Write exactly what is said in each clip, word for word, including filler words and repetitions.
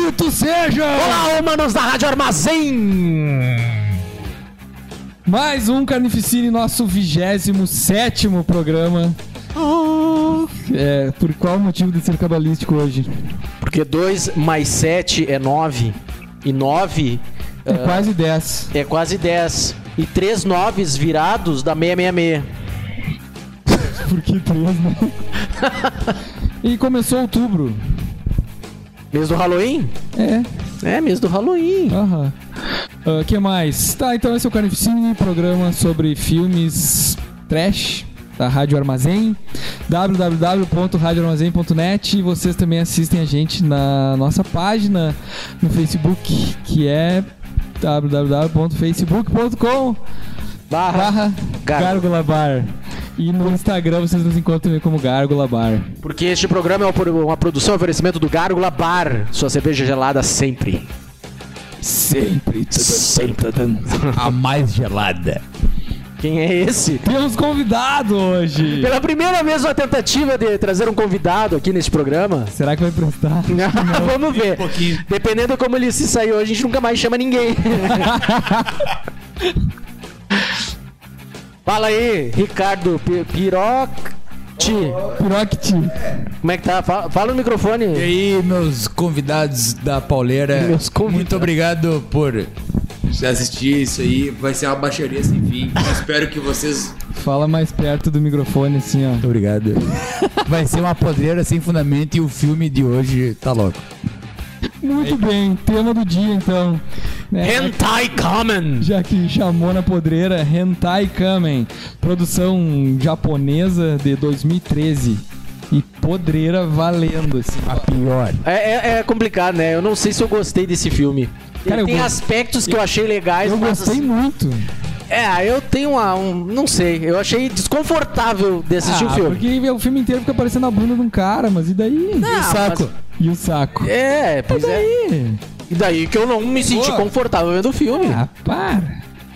Bendito seja! Olá, humanos da Rádio Armazém! Mais um Carnificine, nosso vigésimo sétimo programa. Oh. É, por qual motivo de ser cabalístico hoje? Porque dois mais sete é nove. E nove... É uh, quase dez. É quase dez. E três noves virados dá seiscentos e sessenta e seis. Por que três, né? E começou outubro. Mês do Halloween? É. É, mês do Halloween. Aham. O uh, que mais? Tá, então esse é o Carnificine, programa sobre filmes trash da Rádio Armazém, w w w ponto rádio armazém ponto net. E vocês também assistem a gente na nossa página no Facebook, que é w w w ponto facebook ponto com barra Gárgula Bar. E no Instagram vocês nos encontram também como Gárgula Bar. Porque este programa é uma produção e oferecimento do Gárgula Bar. Sua cerveja gelada sempre. Sempre. Sempre. A mais gelada. Quem é esse? Temos convidado hoje. Pela primeira vez uma tentativa de trazer um convidado aqui nesse programa. Será que vai prestar? Vamos ver. Um Dependendo de como ele se sair hoje, a gente nunca mais chama ninguém. Fala aí, Ricardo Pirocti. Pirocti. Como é que tá? Fala, fala no microfone. E aí, meus convidados da pauleira. Meus convidados. Muito obrigado por assistir isso aí. Vai ser uma baixaria sem fim. Eu espero que vocês... Fala mais perto do microfone, assim, ó. Muito obrigado. Vai ser uma podreira sem fundamento e o filme de hoje tá louco. Muito bem, tema do dia então, né? Hentai Kamen. Já que chamou na podreira, Hentai Kamen, produção japonesa de dois mil e treze. E podreira valendo, assim, a pior. É, é, é complicado, né? Eu não sei se eu gostei desse filme. Cara, tem gost... aspectos que eu achei legais. Eu mas gostei assim... muito. É, eu tenho uma, um... Não sei, eu achei desconfortável de assistir ah, o filme. Porque o filme inteiro fica aparecendo a bunda de um cara, mas e daí? Não, e o saco? Mas... E o saco? É, pois e daí? é. E daí que eu não me senti Pô. confortável vendo o filme. Ah, para.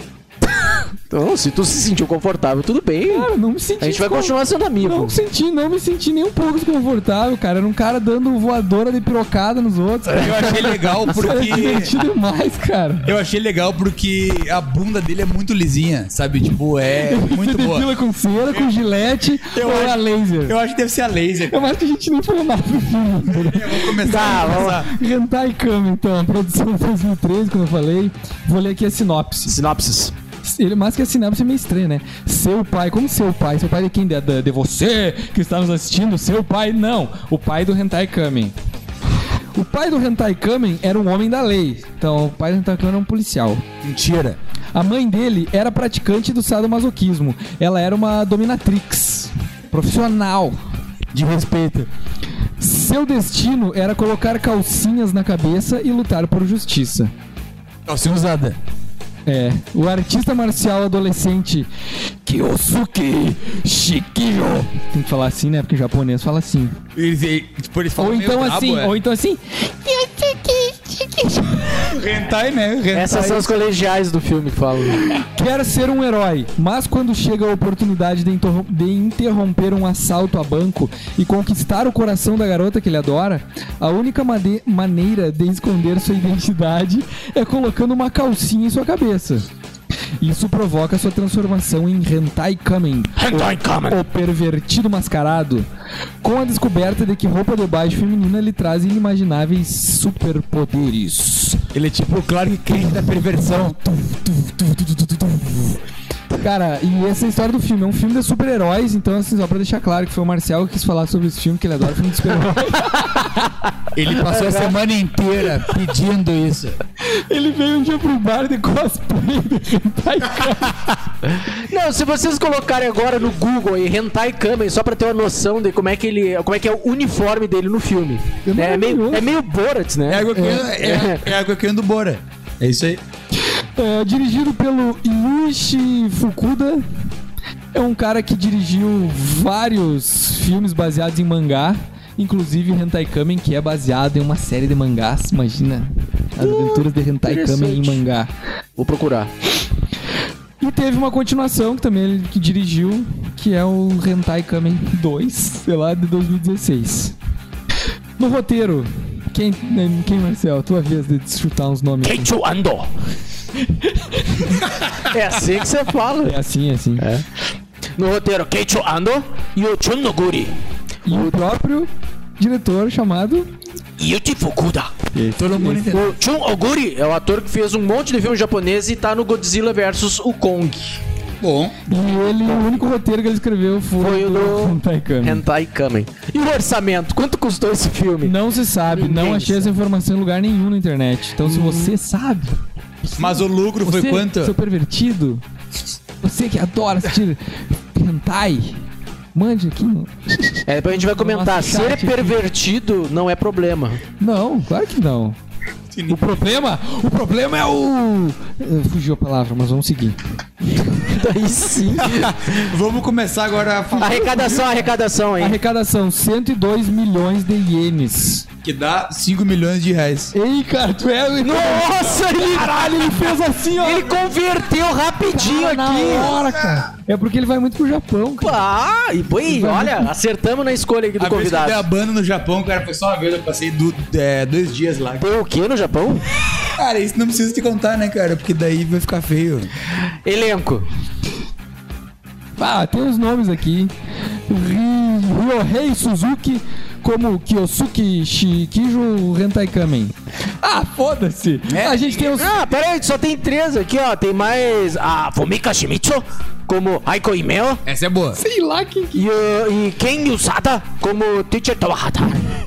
Então, se tu se sentiu confortável, tudo bem. Cara, não me senti. A gente vai continuar sendo amigo. Não me senti, não me senti nem um pouco desconfortável, cara. Era um cara dando voadora de pirocada nos outros. Cara. Eu achei legal porque... É divertido demais, cara. Eu achei legal porque a bunda dele é muito lisinha, sabe? Tipo, é muito boa. Você com cera, com gilete eu ou acho, a laser? Eu acho que deve ser a laser. Eu acho que a gente nem falou nada do filme. Eu vou começar. Tá, vamos lá. Hentai Kamen, então. Produção de dois mil e treze, como eu falei. Vou ler aqui a sinopse. Sinopses. Ele, mais que a sinopse é meio estranho, né? Seu pai, como seu pai? Seu pai de quem? De, de, de você que está nos assistindo? Seu pai? Não. O pai do Hentai Kamen. O pai do Hentai Kamen era um homem da lei. Então, o pai do Hentai Kamen era um policial. Mentira. A mãe dele era praticante do sadomasoquismo. Ela era uma dominatrix. Profissional. De respeito. Seu destino era colocar calcinhas na cabeça e lutar por justiça. Calcinha usada. É, o artista marcial adolescente Kyosuke Shikijo. Tem que falar assim, né? Porque o japonês fala assim. Eles, tipo, eles falam ou então brabo, assim, é? ou então assim. Hentai, né? Hentai. Essas são os colegiais do filme que falam. Quer ser um herói, mas quando chega a oportunidade de, interrom- de interromper um assalto a banco e conquistar o coração da garota que ele adora, a única made- maneira de esconder sua identidade é colocando uma calcinha em sua cabeça. Isso provoca sua transformação em Hentai Kamen, Hentai Kamen. o pervertido mascarado, com a descoberta de que roupa de baixo feminina lhe traz inimagináveis superpoderes. Ele é tipo o Clark Kent da perversão. Cara, e essa é a história do filme. É um filme de super-heróis, então assim, só pra deixar claro que foi o Marcel que quis falar sobre esse filme, que ele adora filme de super-heróis. Ele passou a semana inteira pedindo isso. Ele veio um dia pro bar de cosplay de Hentai Kamen. Não, se vocês colocarem agora no Google aí, Hentai Kamen, só pra ter uma noção de como é que ele, como é que é o uniforme dele no filme. É, né? é, meio, é meio Borat, né? É água quente é. é, é água quente do Bora. É isso aí. É, dirigido pelo Yuichi Fukuda. É um cara que dirigiu vários filmes baseados em mangá, inclusive Hentai Kamen, que é baseado em uma série de mangás. Imagina as aventuras de Hentai Kamen em mangá. Vou procurar. E teve uma continuação que também ele que dirigiu, que é o Hentai Kamen dois, sei lá, de dois mil e dezesseis. No roteiro Quem, quem, Marcel? Tua vez de chutar uns nomes. Keiichi Ando. É assim que você fala. É assim, é assim. É. No roteiro, Keiichi Ando e o Chun Noguri. E o próprio diretor chamado... Yuji Fukuda. Todo mundo entendeu. O Chun Oguri é o ator que fez um monte de filme japonês e tá no Godzilla versus o Kong. Bom. E ele, o único roteiro que ele escreveu foi, Foi o do Hentai Kamen. Hentai Kamen. E o orçamento? Quanto custou esse filme? Não se sabe, Ninguém não achei sabe. essa informação em lugar nenhum na internet. Então se você sabe... Mas o lucro foi você, quanto? seu pervertido, você que adora assistir hentai, mande aqui. no- É, depois a gente vai comentar. Nosso Ser chat aqui. pervertido não é problema. Não, claro que não. O problema, o problema é o... Eh, Fugiu a palavra, mas vamos seguir. Daí sim. Vamos começar agora a falar. Arrecadação, arrecadação aí. Arrecadação, cento e dois milhões de ienes. Que dá cinco milhões de reais. Ei, cara, tu é... Nossa, ele, Caralho, ele fez assim, ó. ele converteu rapidinho Cara, na aqui. hora, cara. É porque ele vai muito pro Japão, cara. Ah, e foi, olha, acertamos na escolha aqui do A vez que eu convidado. dei a banda no Japão, cara, foi só uma vez, eu passei du- é, dois dias lá. Foi o que no Japão? Cara, isso não precisa te contar, né, cara? Porque daí vai ficar feio. Elenco. Ah, tem uns nomes aqui. Ri- Ryohei Suzuki como Kyosuke Shikijo Hentai Kamen. Ah, foda-se. É. A gente tem os... Ah, pera aí, só tem três aqui, ó. Tem mais a Fumika Shimizu como Aiko Imeo Essa é boa. Sei lá quem que... e, o- e Ken Yusada como Teacher Tawahata.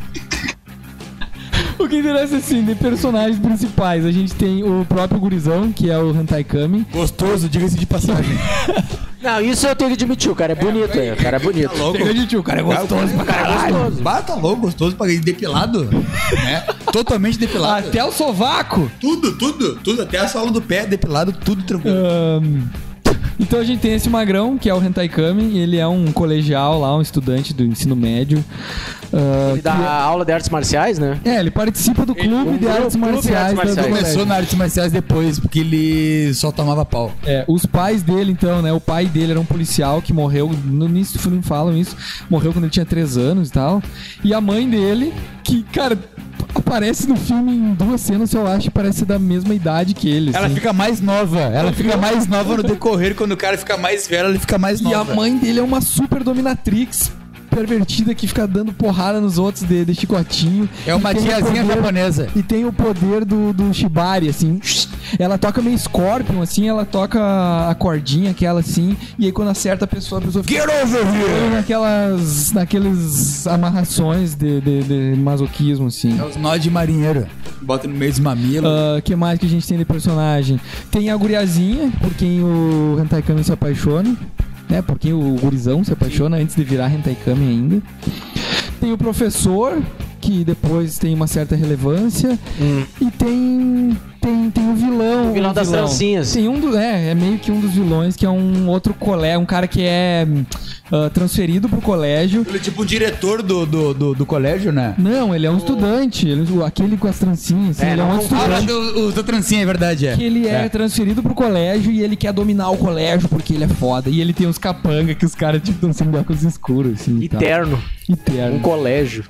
O que interessa é assim, de personagens principais. A gente tem o próprio gurizão, que é o Hentai Kamen. Gostoso, diga-se de passagem. Não, isso eu tenho que admitir, o cara é bonito, é, o cara é bonito. Tá louco? O cara é gostoso pra caralho. gostoso. Bata louco, gostoso pra depilado. Né? Totalmente depilado. Até o sovaco. Tudo, tudo, tudo. Até a sola do pé depilado, tudo tranquilo. Ahn, Então a gente tem esse magrão, que é o Hentai Kamen. Ele é um colegial lá, um estudante do ensino médio. Ah, Ele dá que- aula de artes marciais, né? É, ele participa do clube um de artes clube de marciais. artes da- do marciais. Começou colégio. na artes marciais depois, porque ele só tomava pau. É, os pais dele, então, né? O pai dele era um policial que morreu, no início do filme falam isso, morreu quando ele tinha três anos e tal. E a mãe dele, que, cara, aparece no filme em duas cenas, eu acho, parece da mesma idade que ele. Ela assim. fica mais nova. Ela fica mais nova no decorrer. Quando o cara fica mais velho, ele fica mais E nova. a mãe dele é uma super dominatrix pervertida que fica dando porrada nos outros de, de chicotinho. É uma E tem o tiazinha poder- japonesa. E tem o poder do, do Shibari, assim. Ela toca meio Scorpion, assim, ela toca a cordinha, aquela assim. E aí quando acerta a pessoa, a pessoa fica Get over here! naquelas, naqueles amarrações de, de, de masoquismo, assim. É os nó de marinheiro. Bota no meio dos mamilos. O que mais que a gente tem de personagem? Tem a guriazinha, por quem o Hentai Kamen se apaixona, né? Por quem o gurizão se apaixona antes de virar Hentai Kamen ainda. Tem o professor, que depois tem uma certa relevância. E tem, tem, tem o vilão. O vilão das trancinhas. Tem um do, é, é meio que um dos vilões, que é um outro colega, um cara que é ah, transferido pro colégio. Ele é tipo o diretor do, do, do, do colégio, né? Não, ele é um estudante, ele, aquele com as trancinhas, assim, É, ele é um não outro Ah, lá estudante. do, o da trancinha, é verdade, é. Que ele é, É. transferido pro colégio e ele quer dominar o colégio porque ele é foda. E ele tem uns capanga que os caras tipo estão sem óculos escuros, assim. e tal. Eterno. Um Eterno. colégio.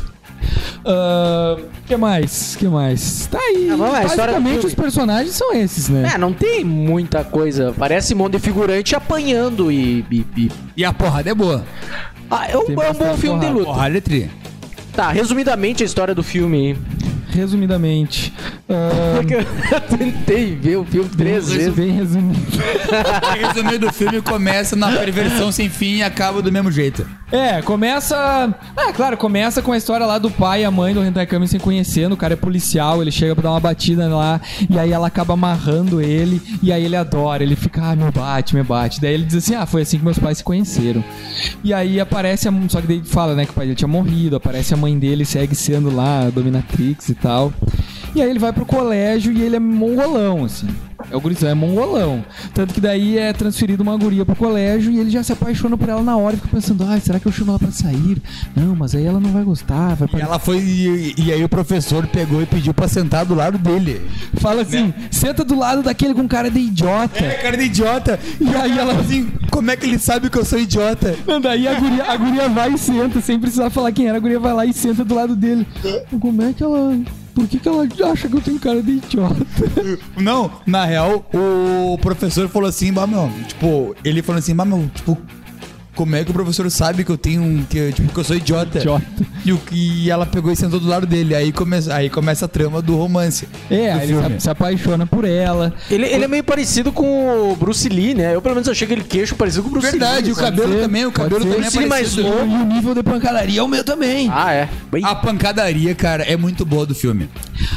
O que mais? que mais? Tá aí. Ah, vamos lá, a história do Basicamente filme. os personagens são esses, né? É, não tem muita coisa. Parece um monte de figurante apanhando e. e- e- E a porrada é boa. Ah, é um, Tem é um bom bastante filme de porrada. luta. Porrada é tri. Tá, resumidamente a história do filme aí. Resumidamente. ah, Porque eu tentei ver o filme três bem, vezes. bem resumido. Resumindo, o filme começa na perversão sem fim e acaba do mesmo jeito. É, começa. Ah, claro, começa com a história lá do pai e a mãe do Hentai Kamen se conhecendo. O cara é policial, ele chega pra dar uma batida lá. E aí ela acaba amarrando ele. E aí ele adora, ele fica, ah, me bate, me bate. Daí ele diz assim: ah, foi assim que meus pais se conheceram. E aí aparece. A... Só que daí fala, né, que o pai dele tinha morrido. Aparece a mãe dele, segue sendo lá a dominatrix e tal. E aí ele vai pro colégio e ele é mongolão, assim. É o gurizão, é mongolão. Tanto que daí é transferido uma guria pro colégio e ele já se apaixona por ela na hora e fica pensando, ai, será que eu chamo ela pra sair? Não, mas aí ela não vai gostar. Vai E ela foi. E, e aí o professor pegou e pediu pra sentar do lado dele. Fala assim, senta do lado daquele com cara de idiota. É, cara de idiota. E aí ela assim, como é que ele sabe que eu sou idiota? Não, daí a guria, a guria vai e senta, sem precisar falar quem era, a guria vai lá e senta do lado dele. Como é que ela... Por que que ela acha que eu tenho cara de idiota? Não, na real, o professor falou assim, bah, meu, tipo, ele falou assim, bah, meu, tipo, como é que o professor sabe que eu tenho, que, tipo, que eu sou idiota? Idiota. E, o, e ela pegou e sentou do lado dele, aí começa, aí começa a trama do romance. É, do aí ele se, se apaixona por ela. Ele, ele é meio parecido com o Bruce Lee, né? Eu pelo menos achei aquele queixo parecido com o Bruce Verdade, Lee. o cabelo ser, também, o cabelo pode ser. também é Bruce Lee mais parecido. novo. E o nível de pancadaria é o meu também. Ah, é. Bem... A pancadaria, cara, é muito boa do filme.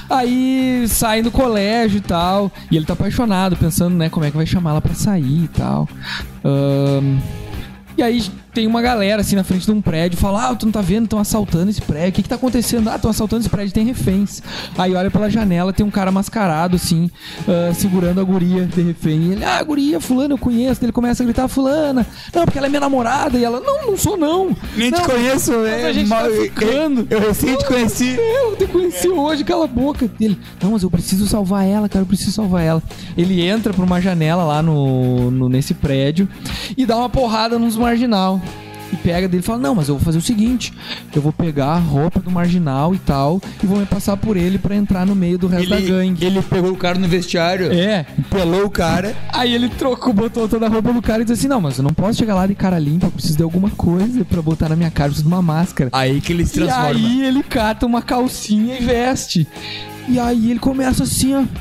Aí sai do colégio e tal. E ele tá apaixonado, pensando, né, como é que vai chamar ela pra sair e tal. Ahn... E aí tem uma galera assim na frente de um prédio, fala, ah, tu não tá vendo, estão assaltando esse prédio, o que que tá acontecendo? Ah, estão assaltando esse prédio, tem reféns. Aí olha pela janela, tem um cara mascarado assim, uh, segurando a guria de refém. E ele, ah, guria, fulana, eu conheço. Ele começa a gritar, fulana, não, porque ela é minha namorada. E ela, não, não sou não. Nem não, te conheço, mas é a gente mal- tá ficando. Eu, eu recém te conheci. Eu te conheci hoje, cala a boca dele. Não, mas eu preciso salvar ela, cara, eu preciso salvar ela. Ele entra por uma janela lá no, no nesse prédio e dá uma porrada nos marginal. E pega dele e fala, não, mas eu vou fazer o seguinte, eu vou pegar a roupa do marginal e tal, e vou me passar por ele pra entrar no meio do resto da Ele, gangue. ele pegou o cara no vestiário, É. pelou o cara. Aí ele trocou, botou toda a roupa do cara e disse assim, não, mas eu não posso chegar lá de cara limpa, eu preciso de alguma coisa pra botar na minha cara, eu preciso de uma máscara. Aí que ele se E transforma. aí ele cata uma calcinha e veste. E aí ele começa assim, ó.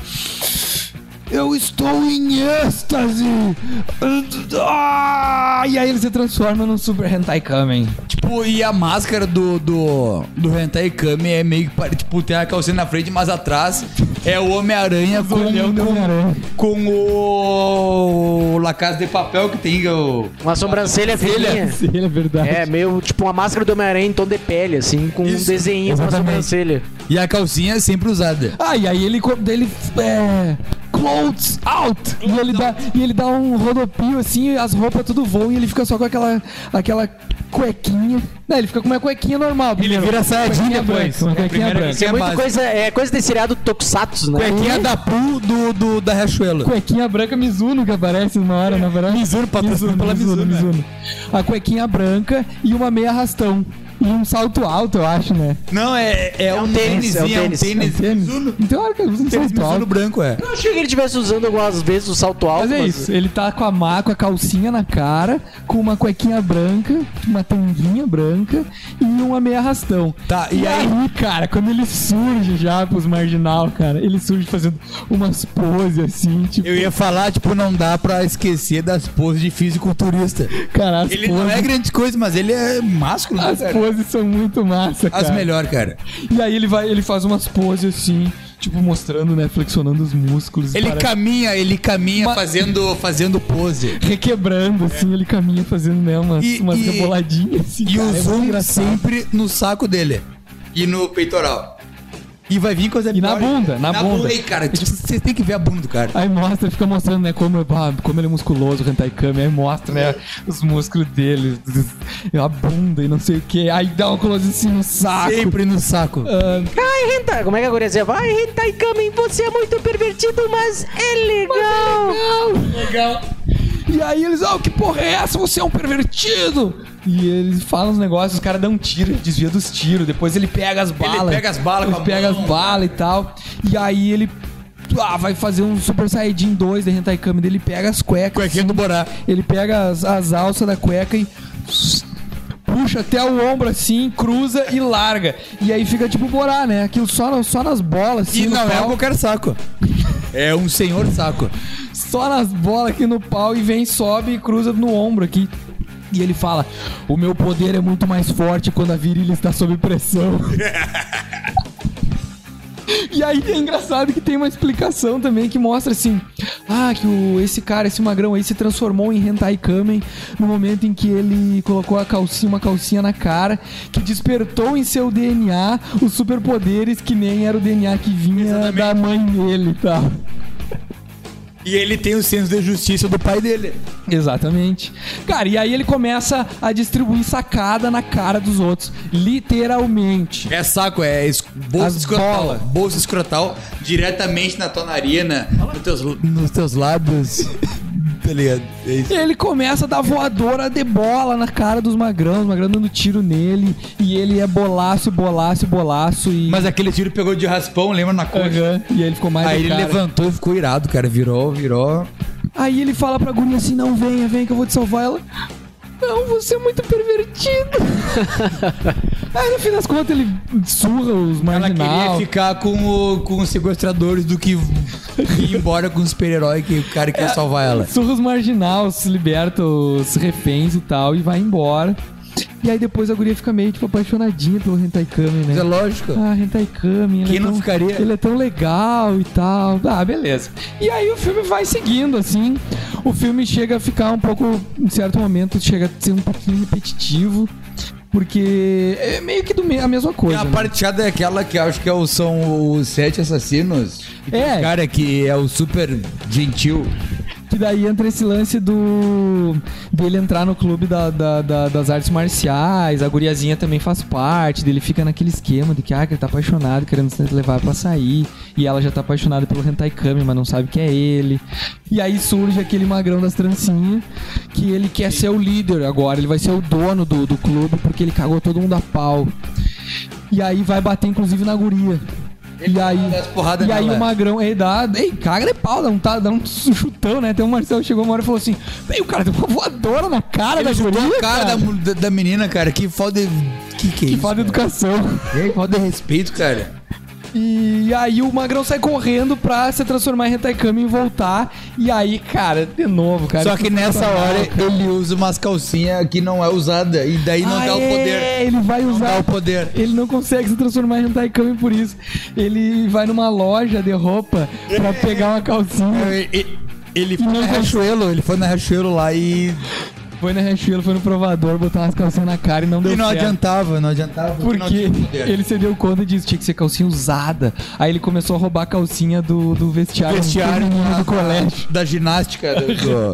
Eu estou em êxtase! Ah! E aí ele se transforma num Super Hentai Kamen. Tipo, e a máscara do, do, do Hentai Kami é meio que pare- tipo, tem a calcinha na frente, mas atrás é o Homem-Aranha com, olhão do Homem-Aranha. com, com o La Casa de Papel que tem o... Uma sobrancelha fininha. Ele é verdade. É, meio tipo uma máscara do Homem-Aranha em tom de pele, assim, com Isso, um desenho na exatamente. sobrancelha. E a calcinha é sempre usada. Ah, e aí ele, co- ele é, clothes out! E ele, dá, e ele dá um rodopio assim, as roupas tudo voam e ele fica só com aquela, aquela cuequinha. Não, ele fica com uma cuequinha normal. primeiro. vira Cuequinha saiyajin depois. branca, uma É, cuequinha primeiro branca. Isso é é muito básico. coisa, é coisa desse seriado Tokusatsu, né? Cuequinha da Poo do, do, da Riachuelo. Cuequinha branca Mizuno que aparece uma hora, na verdade. Mizuno, patrocinado pela Mizuno, né? A cuequinha branca e uma meia arrastão. E um salto alto, eu acho, né? Não, é, é, um um tênis, tênis, é um é um tênis. tênis. Tênis. Mizuno. Então, olha que usa um Tênis salto Mizuno alto. branco, é. Eu achei que ele estivesse usando algumas vezes o salto alto. Mas é mas- isso, ele tá com a, má, com a calcinha na cara, com uma cuequinha branca, uma tanguinha branca e uma meia arrastão. Tá, E e aí... aí, cara, quando ele surge já pros marginal, cara, ele surge fazendo umas poses assim, tipo, Eu ia falar, tipo, não dá pra esquecer das poses de fisiculturista. cara, as Ele poses, não é grandes coisas, mas ele é másculo, né, as cara? poses são muito massa, cara. As melhores, cara. E aí ele vai, ele faz umas poses assim, tipo mostrando, né, flexionando os músculos. Ele parece- caminha, ele caminha Ma- fazendo, fazendo pose. requebrando, assim, ele caminha fazendo, né, umas, E- umas e- reboladinhas, assim, E cara, o é muito zoom engraçado. sempre no saco dele. E no peitoral. E vai vir coisa E na pior. bunda, na bunda. Aí, cara, tipo, você tem que ver a bunda do cara. Aí mostra, fica mostrando, né, como, ah, como ele é musculoso, o Hentai Kami, aí mostra, né, os músculos dele, a bunda e não sei o que, aí dá um close assim no saco. Sempre no saco. Ah, Ai, Hentai, como é que a guria dizia? Ai, Hentai Kamen, você é muito pervertido, mas é legal. Legal. e aí eles, ah, que porra é essa? Você é um pervertido! E eles falam os negócios, os caras dão um tiro, ele desvia dos tiros, depois ele pega as balas. pega as balas Ele com a pega mão. as balas e tal. E aí ele ah, vai fazer um Super Saiyajin dois da Hentai Kami dele, pega as cuecas. Cuequinha do Borá. Ele pega as, as alças da cueca e puxa até o ombro assim, cruza e larga. E aí fica tipo Borá, né? Aquilo só, no- só nas bolas, assim, E no não é pau. qualquer saco. É um senhor saco. Só nas bolas aqui no pau e vem, sobe e cruza no ombro aqui. E ele fala: o meu poder é muito mais forte quando a virilha está sob pressão. E aí é engraçado que tem uma explicação também que mostra assim, ah, que o, esse cara, esse magrão aí se transformou em Hentai Kamen no momento em que ele colocou a calcinha, uma calcinha na cara, que despertou em seu D N A os superpoderes que nem era o D N A que vinha Exatamente. da mãe dele e tal. E ele tem o senso de justiça do pai dele. Exatamente. Cara, e aí ele começa a distribuir sacada na cara dos outros, literalmente. É saco, é es- bolsa As escrotal. bola. Bolsa escrotal diretamente na tua narina, nos teus, nos teus lábios. Tá ligado? É isso. E ele começa a dar voadora de bola na cara dos magrãos, os magrãos dando tiro nele, e ele é bolaço, bolaço, bolaço e... Mas aquele tiro pegou de raspão, lembra, na coxa. Aham, e aí ele ficou mais Aí do ele cara. levantou e ficou irado, cara. Virou, virou. Aí ele fala pra guria assim, não, venha, venha que eu vou te salvar. Ela, não, você é muito pervertido. Aí no fim das contas ele surra os Ela queria marginal. ficar com, o, com os sequestradores do que ir embora com o super-herói que o cara quer salvar ela. Surra os marginal, se liberta os reféns e tal, e vai embora. E aí depois a guria fica meio tipo apaixonadinha pelo Hentai Kamen, né? Mas é lógico. Ah, Hentai Kamen. ele Quem é não tão- ficaria? Ele é tão legal e tal. Ah, beleza. E aí o filme vai seguindo, assim. O filme chega a ficar um pouco, em certo momento, chega a ser um pouquinho repetitivo. Porque é meio que do me- a mesma E coisa. a né? parte chata é aquela que eu acho que é o- são os sete assassinos. E tem É. um cara que é o super gentil. Que daí entra esse lance do dele entrar no clube da, da- da- das artes marciais, a guriazinha também faz parte, dele fica naquele esquema de que, ah, que ele tá apaixonado, querendo se levar pra sair, e ela já tá apaixonada pelo Hentai Kamen, mas não sabe que é ele. E aí surge aquele magrão das trancinhas, que ele quer ser o líder agora, ele vai ser o dono do, do clube, porque ele cagou todo mundo a pau. E aí vai bater inclusive na guria. E aí, dá as porradas e aí nela. o magrão, ele dá, ei, caga de pau, dá um, tá, dá um chutão, né? Tem um Marcelo chegou uma hora e falou assim, ei, o cara deu uma voadora na cara Ele da chutou guria, a cara da, mu- da, da menina, cara. Que falta de... Que que é que isso, falta de cara? educação. Que falta de respeito, cara. E aí o magrão sai correndo pra se transformar em Hentai Kamen e voltar. E aí, cara, de novo, cara. Só que nessa hora ele usa umas calcinhas que não é usada. E daí não ah, dá o poder. É, ele vai Não usar dá o poder. Ele não consegue se transformar em Hentai Kamen por isso. Ele vai numa loja de roupa pra pegar uma calcinha. Ele, ele foi não na consegue. Riachuelo, ele foi na Riachuelo lá e... Foi na Riachuelo, foi no provador, botar umas calcinhas na cara e não deu E não certo. adiantava, não adiantava. Porque não Porque tinha poder. ele se deu conta disso, tinha que ser calcinha usada. Aí ele começou a roubar a calcinha do, do vestiário, Vestiário feminino da- do colégio. Da ginástica. Do, do-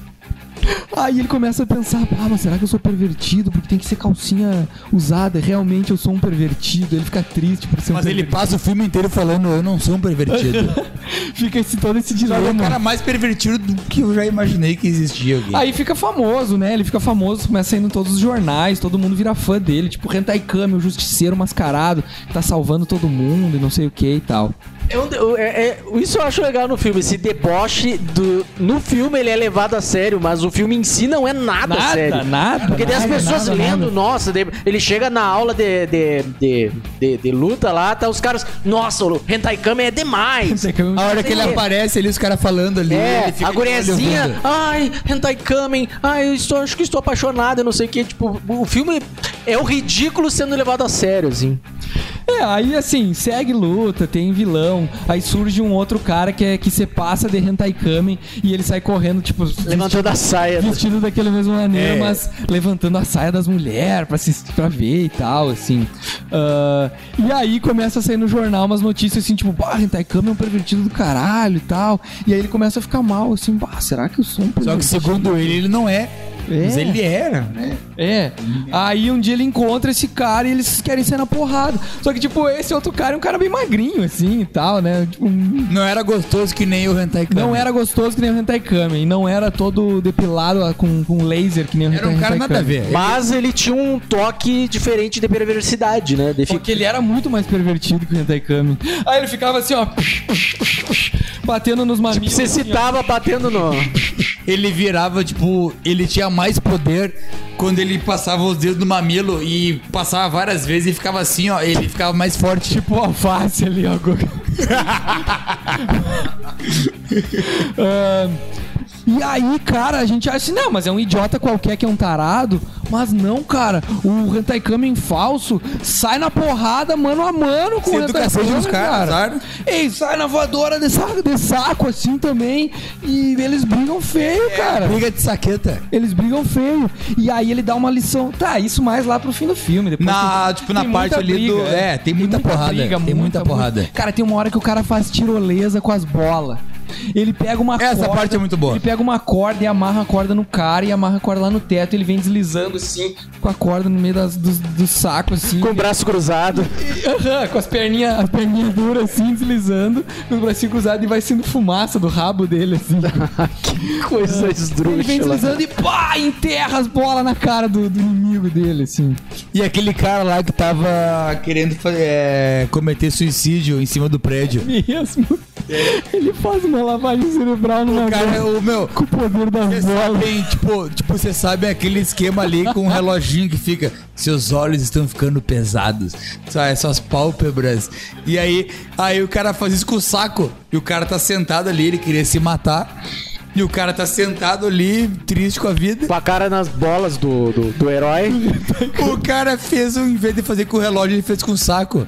Aí ele começa a pensar, ah, mas será que eu sou pervertido? Porque tem que ser calcinha usada. Realmente eu sou um pervertido. Ele fica triste por ser um Mas ele pervertido. passa o filme inteiro falando, eu não sou um pervertido. Fica esse, todo esse Ele é o dilema. cara mais pervertido do que eu já imaginei que existia alguém. Aí fica famoso, né? Ele fica famoso, começa a ir em todos os jornais, todo mundo vira fã dele. Tipo, Hentai Kamen, o justiceiro mascarado, que tá salvando todo mundo e não sei o que e tal. Eu- eu- é- é- isso eu acho legal no filme, esse deboche do. No filme ele é levado a sério, mas o filme em si não é nada, Nada, sério. nada, Porque tem as nada, pessoas nada, lendo, nada. nossa, de- ele chega na aula de, de, de, de, de luta lá, tá os caras, nossa, o Hentai Kamen é demais. Hentai Kamen- A hora que ele Sim. aparece ali, os caras falando ali, É, ele fica a de olho guriazinha, vendo. ai, Hentai Kamen, ai, eu estou, acho que estou apaixonado, eu não sei o que, tipo, o filme é o ridículo sendo levado a sério, assim. É, aí assim, segue luta, tem vilão, aí surge um outro cara que, é, que se passa de Hentai Kamen e ele sai correndo, tipo, Levantando a saia. vestido daquela mesma maneira, É. mas levantando a saia das mulheres pra, assistir, pra ver e tal, assim. Ah, e aí começa a sair no jornal umas notícias assim, tipo, bah, Hentai Kamen é um pervertido do caralho e tal. E aí ele começa a ficar mal, assim, bah, será que eu sou um Só que pervertido? segundo ele, ele não é. É. Mas ele era, né? É. Aí um dia ele encontra esse cara e eles querem sair na porrada. Só que, tipo, esse outro cara é um cara bem magrinho, assim, e tal, né? Tipo, um- Não era gostoso que nem o Hentai Kamen. não era gostoso que nem o Hentai Kamen. Não era todo depilado ah, com, com laser que nem o Era Hentai um cara Hentai nada a Kamen. ver. Mas ele tinha um toque diferente de perversidade, né? De Porque ele era muito mais pervertido que o Hentai Kamen. Aí ele ficava assim, ó, batendo nos mamilos. Você assim, ó. citava batendo no. Ele virava, tipo, ele tinha mais poder quando ele passava os dedos no mamilo e passava várias vezes e ficava assim, ó, ele ficava mais forte. Tipo uma face ali, ó. Ah, E aí, cara, a gente acha assim, não, mas é um idiota qualquer que é um tarado. Mas não, cara, o Hentai Kamen falso sai na porrada mano a mano com Sem o Hentai educação Kamen, dos caras, cara. E sai na voadora de saco, de saco assim também. E eles brigam feio, cara. Briga de saqueta. Eles brigam feio. E aí ele dá uma lição. Tá, isso mais lá pro fim do filme. Depois Na, tem- tipo, na tem parte muita ali briga, do... É, tem muita, porrada. briga, tem muita porrada. Cara, tem uma hora que o cara faz tirolesa com as bolas. Ele pega uma Essa corda. parte é muito boa. Ele pega uma corda e amarra a corda no cara e amarra a corda lá no teto. Ele vem deslizando assim, com a corda no meio das, dos, do saco, assim. Com o braço cruzado. E- aham, com as perninhas, as perninhas duras assim, deslizando, com os bracinhos cruzados e vai sendo fumaça do rabo dele, assim. Que coisa Ele vem esdrúxula. deslizando e pá, enterra as bolas na cara do, do inimigo dele, assim. E aquele cara lá que tava querendo fa- é, cometer suicídio em cima do prédio. Mesmo. Ele faz uma lavagem cerebral numa O cara, o meu... com o poder das Você bolas. sabe, tipo, tipo, você sabe aquele esquema ali com um reloginho que fica, seus olhos estão ficando pesados, sabe, suas pálpebras. E aí, aí o cara faz isso com o saco, e o cara tá sentado ali, ele queria se matar, e o cara tá sentado ali, triste com a vida. Com a cara nas bolas do, do, do herói. O cara fez, um, em vez de fazer com o relógio, ele fez com o saco.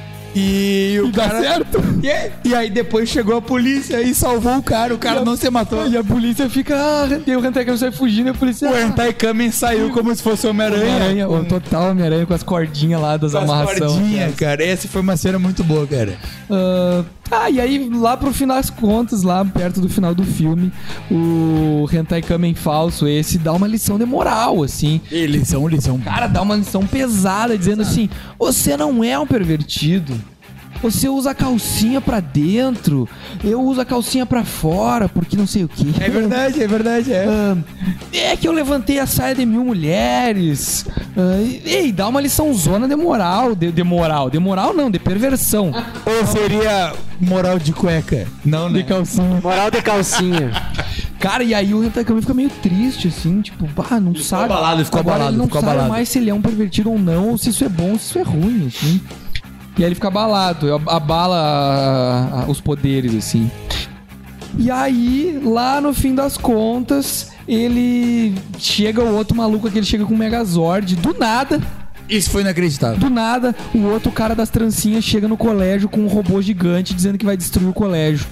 E o Dá cara... certo. E, aí- e aí depois chegou a polícia e salvou o cara, o cara E a- não se matou. E a polícia fica. Ah, e o Hentai Kamen sai fugindo e a polícia. O Hentai Kamen saiu como se fosse Homem-Aranha. Homem-Aranha, o total Homem-Aranha com as cordinhas lá das Com as amarrações. cordinhas, cara. Essa foi uma cena muito boa, cara. Ah, ah, e aí, lá pro final das contas, lá perto do final do filme, o Hentai Kamen falso, esse, dá uma lição de moral, assim. Eles são, eles são. Cara, dá uma lição pesada, dizendo assim: você não é um pervertido. Você usa a calcinha pra dentro, eu uso a calcinha pra fora, porque não sei o que. É verdade, é verdade, é. Ah, é que eu levantei a saia de mil mulheres. Ah, e, ei, dá uma lição zona de moral. De, de moral. De moral não, de perversão. Ou seria moral de cueca? Não, né? De calcinha. Moral de calcinha. Cara, e aí o Hentai Kamen fica meio triste, assim, tipo, bah, não sabe. abalado, ficou Agora abalado, ele não ficou sabe abalado. mais se ele é um pervertido ou não, ou se isso é bom, ou se isso é ruim, assim. E aí ele fica abalado, abala a- a- os poderes, assim. E aí, lá no fim das contas, ele chega o outro maluco aqui, ele chega com um Megazord, do nada, Isso foi inacreditável. do nada, o outro cara das trancinhas chega no colégio com um robô gigante dizendo que vai destruir o colégio.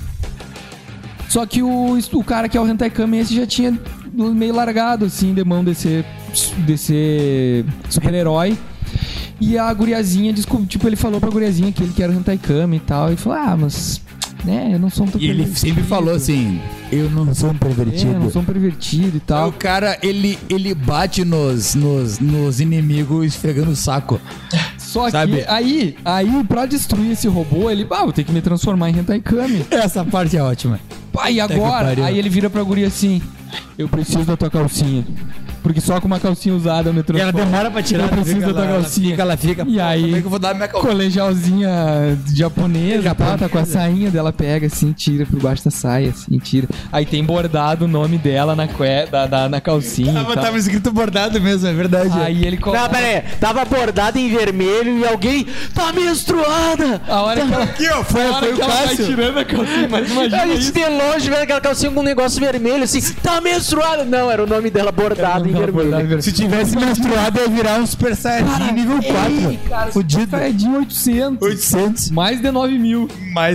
Só que o, o cara que é o Hentai Kamen esse já tinha meio largado, assim, de mão desse, desse super-herói. E a guriazinha, descob- tipo, ele falou pra guriazinha que ele que era o Hentai Kamen e tal. E falou, ah, mas, né, eu não sou um E ele sempre falou assim: eu não sou um É, eu pervertido. não sou um pervertido e O tal. cara, ele, ele bate nos, nos, nos inimigos esfregando o saco. Só que sabe? aí, aí, pra destruir esse robô, ele, ah, vou ter que me transformar em Hentai Kamen. Essa parte é ótima. Pá, e que agora? pariu. Aí ele vira pra guria assim: eu preciso da tua calcinha. Porque só com uma calcinha usada eu me E transformo. ela demora pra tirar. Eu preciso fica da tua lá, ela calcinha. Fica, ela fica. E pô, aí- como é que eu vou dar minha calcinha? Colegialzinha japonesa, tá, Japonesa. tá com a sainha dela, pega assim, tira por baixo da saia, assim, tira. Aí tem bordado o nome dela na, cue... da, da- na calcinha. e Tava, tal. tava escrito bordado mesmo, é verdade. Aí ele coloca. Não, pera aí. Tava bordado em vermelho e alguém tá menstruada. A hora que ela, Aqui, ó, foi, a hora foi o que ela vai Cássio. tirando a calcinha, mas imagina A gente isso. de longe vendo aquela calcinha com um negócio vermelho assim. Tá menstruada. Não, era o nome dela bordado em Ela vermelho. bordado em vermelho. Se tivesse menstruado, ia virar um Super Saiyajin nível quatro. Ei, cara, Fudido. é de oitocentos. oitocentos. Mais de nove mil. Mas.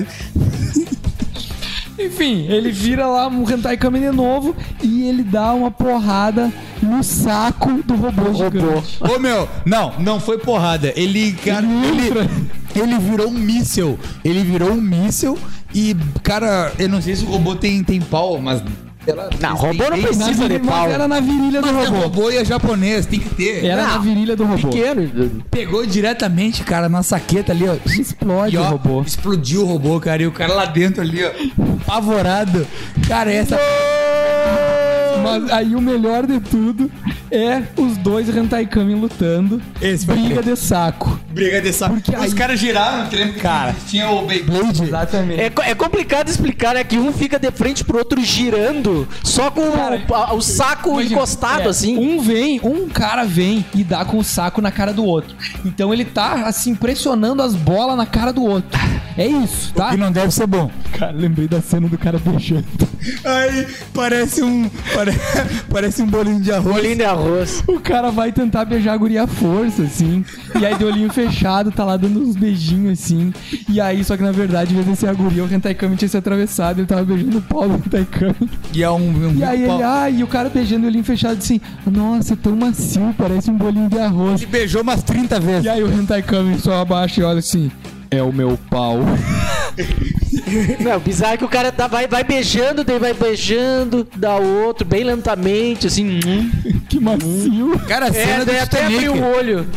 Enfim, ele vira lá um Hentai Kamen de novo e ele dá uma porrada no saco do robô gigante. Ô meu, não, não foi porrada. Ele, cara, ele, ele virou um míssel. Ele virou um míssel e, cara, eu não sei se o robô tem, tem pau, mas. Ela, Não, robô não tem- Na precisa de virilha- mas pau. era na virilha do Mas é robô. robô e é japonês, tem que ter. Era na Não, virilha do robô. Pequeno. Pegou diretamente, cara, na saqueta ali, ó. Explode E, o ó, robô. explodiu o robô, cara. E o cara lá dentro ali, ó, apavorado. Cara, essa. Mas aí o melhor de tudo é os dois Hentai Kamen lutando. Esse foi Briga de saco. briga de saco. Porque Os aí- caras giraram, cara. Tinha o Beyblade. Exatamente. É, co- é complicado explicar, né? Que um fica de frente pro outro girando, só com o, a- o saco Imagina, encostado, é, assim. Um vem, um cara vem e dá com o saco na cara do outro. Então ele tá assim pressionando as bolas na cara do outro. É isso, tá? Que não deve ser bom. Cara, lembrei da cena do cara beijando. Aí parece um. Pare, parece um bolinho de arroz. Bolinho de arroz. O cara vai tentar beijar a guria à força, assim. E aí, de olhinho fechado, tá lá dando uns beijinhos, assim. E aí, só que na verdade, em vez de ser a guria, o Hentai Kami tinha se atravessado. Ele tava beijando o pau do Hentai Kami. E é um. um E aí, ele, ai, e o cara beijando o olhinho fechado, assim. Nossa, tão macio, parece um bolinho de arroz. Ele beijou umas trinta vezes. E aí, o Hentai Kami só abaixa e olha assim. É o meu pau. Não, bizarro é que o cara tá, vai, vai beijando, daí vai beijando, dá outro, bem lentamente, assim. hum. Que macio. Cara, a cena É, do daí até abrir Titanic. o olho.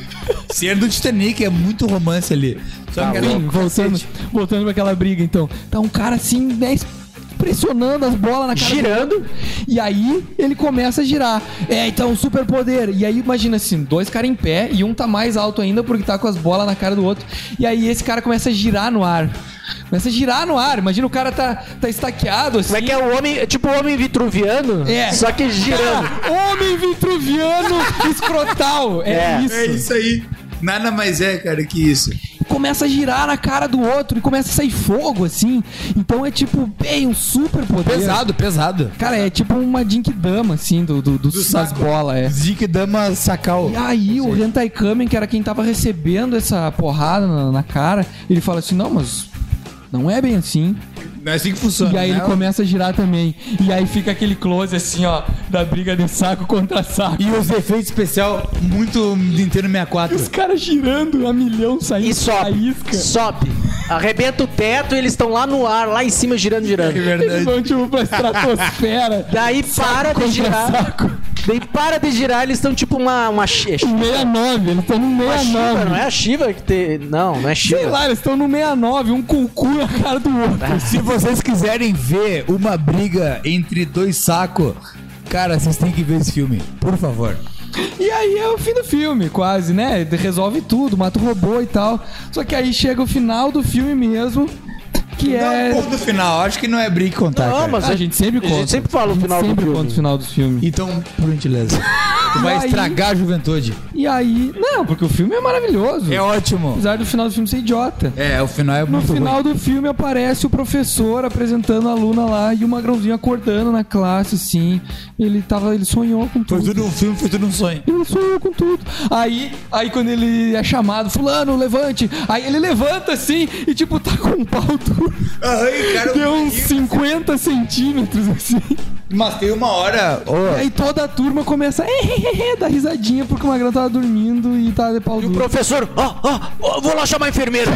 Cena do Titanic, é muito romance ali. Só Tá que Sim, não, voltando, voltando pra aquela briga, então. Tá um cara assim, né, pressionando as bolas na cara do Girando. outro. E aí ele começa a girar. É, então, super poder. E aí, imagina assim, dois caras em pé e um tá mais alto ainda porque tá com as bolas na cara do outro. E aí esse cara começa a girar no ar. Começa a girar no ar. Imagina o cara tá, tá estaqueado assim. Como é que é o homem, é tipo o homem vitruviano? É. Só que girando. Cara, homem vitruviano escrotal. É, É. isso. É isso aí. Nada mais é, cara, que isso. Começa a girar na cara do outro e começa a sair fogo, assim. Então é tipo, bem, um super poder. Pesado, pesado. Cara, é tipo uma Jinkidama, assim, do, do, do, Do das saco. bolas, é. Zik Dama Sakal. E aí o Hentai Kamen, que era quem tava recebendo essa porrada na, na cara, ele fala assim, não, mas não é bem assim. Não é assim que funciona. E aí né? ele começa a girar também. E aí fica aquele close assim, ó, da briga de saco contra saco. E os efeitos especial muito Nintendo sessenta e quatro. Os caras girando a milhão, saindo E sobe. faísca. Sobe. Arrebenta o teto e eles estão lá no ar, lá em cima, girando, É girando. Eles verdade. vão tipo pra estratosfera. Daí para de contra girar. saco. Daí para de girar, eles estão tipo uma. uma chi- sessenta e nove, eles estão no Uma sessenta e Shiva, nove. não é a Shiva que tem. Não, não é Sei Shiva. lá, eles estão no sessenta e nove, um com o cu na cara do outro. Se vocês quiserem ver uma briga entre dois sacos, cara, vocês têm que ver esse filme, por favor. E aí é o fim do filme, quase, né? Resolve tudo, mata o robô e tal. Só que aí chega o final do filme mesmo, que é... Não, no final, acho que não é briga contar, Não, cara. mas A gente sempre a conta. gente sempre fala o A gente final do sempre filme. conta o final do filme. Então, por gentileza. Tu vai E aí- estragar a juventude. E aí... Não, porque o filme é maravilhoso. É ótimo. Apesar do final do filme ser idiota. É, o final é No muito final ruim. do filme aparece o professor apresentando a aluna lá e o Magrãozinho acordando na classe, assim. Ele tava... Ele sonhou com Foi tudo. tudo um filme, foi tudo um sonho. Ele sonhou com tudo. Aí, aí quando ele é chamado, fulano, levante. Aí ele levanta assim e tipo, tá com um pau duro. Ai, cara, Deu uns cinquenta centímetros assim. Mas tem uma hora. E aí toda a turma começa a dar risadinha porque o Magrão tava dormindo e tava de pau E o duro. professor, ó, ó, ó, vou lá chamar a enfermeira.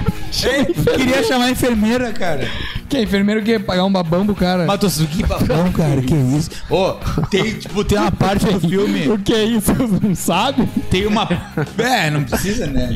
Eu queria chamar a enfermeira, cara. Que a enfermeiro quer pagar um babão pro cara? Matos, que babão, cara, que isso? Ô, tem, tipo, tem uma parte do filme. O que é isso? Você não sabe? Tem uma. É, não precisa, né?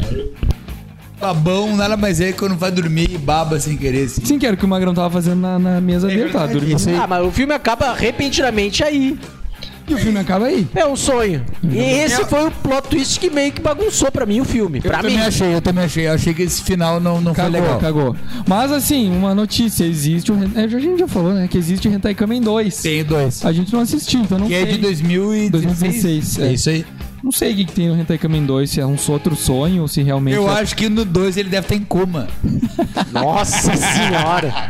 Babão nada mais é que quando vai dormir e baba sem querer, assim. Sim, que era o que o Magrão tava fazendo na, na mesa dele, tava verdade, dormindo. isso aí. Ah, mas o filme acaba repentinamente aí. E o filme acaba aí. É um sonho. E esse foi o plot twist que meio que bagunçou pra mim o filme. Eu Pra também mim. achei, eu também achei. Eu achei que esse final não, não foi Cagou, legal. cagou. Mas assim, uma notícia, existe o... Hen- é, A gente já falou, né? Que existe o Hentai Kamen dois. Tem dois. A gente não assistiu, então não Que sei. é de dois mil e dois mil e dezesseis, É é. isso aí. Não sei o que, que tem no Hentai Kamen dois, se é um outro sonho ou se realmente... Eu é... acho que no dois ele deve estar em coma. Nossa senhora.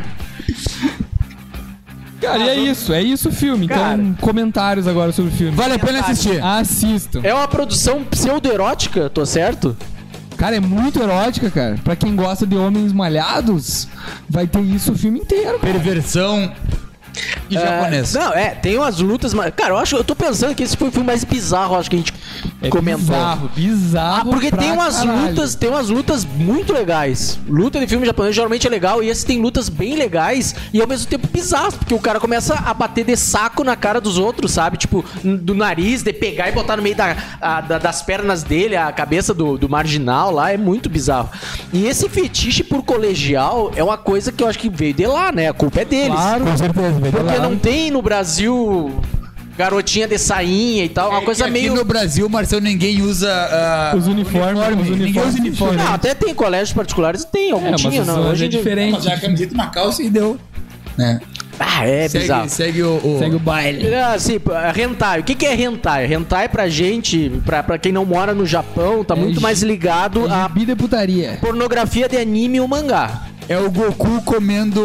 Cara, e é isso, é isso o filme. Cara. Então, comentários agora sobre o filme. Vale a pena assistir. Assistam. É uma produção pseudo-erótica, tô certo? Cara, é muito erótica, cara. Pra quem gosta de homens malhados, vai ter isso o filme inteiro, cara. Perversão e japonês. É, não, é, tem umas lutas, mas. Cara, eu acho, eu tô pensando que esse foi o filme mais bizarro, acho que a gente É comentou. bizarro, bizarro. Ah, porque pra tem umas caralho. lutas, tem umas lutas muito legais. Luta de filme japonês geralmente é legal e esse tem lutas bem legais e ao mesmo tempo bizarras, porque o cara começa a bater de saco na cara dos outros, sabe? Tipo, n- do nariz, de pegar e botar no meio da, a- da- das pernas dele, a cabeça do, do marginal lá, é muito bizarro. E esse fetiche por colegial é uma coisa que eu acho que veio de lá, né? A culpa é deles. Claro, Com certeza, vai ter Porque lá. não tem no Brasil garotinha de sainha e tal, uma É coisa que aqui meio... no Brasil, Marcelo, ninguém usa ah, Os uniformes, os Ninguém uniformes usa uniforme. Não, até tem colégios particulares, tem, algum É, mas tinha, os não. hoje Hoje é em dia- diferente. Mas é a camiseta, uma calça e deu. Né? Ah, é bizarro. Segue, segue o, o- Segue o baile. Ah, sim, hentai. O que, que é hentai? Hentai pra gente, pra, pra quem não mora no Japão, tá É muito gi- mais ligado a Gibi de putaria. pornografia de anime ou mangá. É o Goku comendo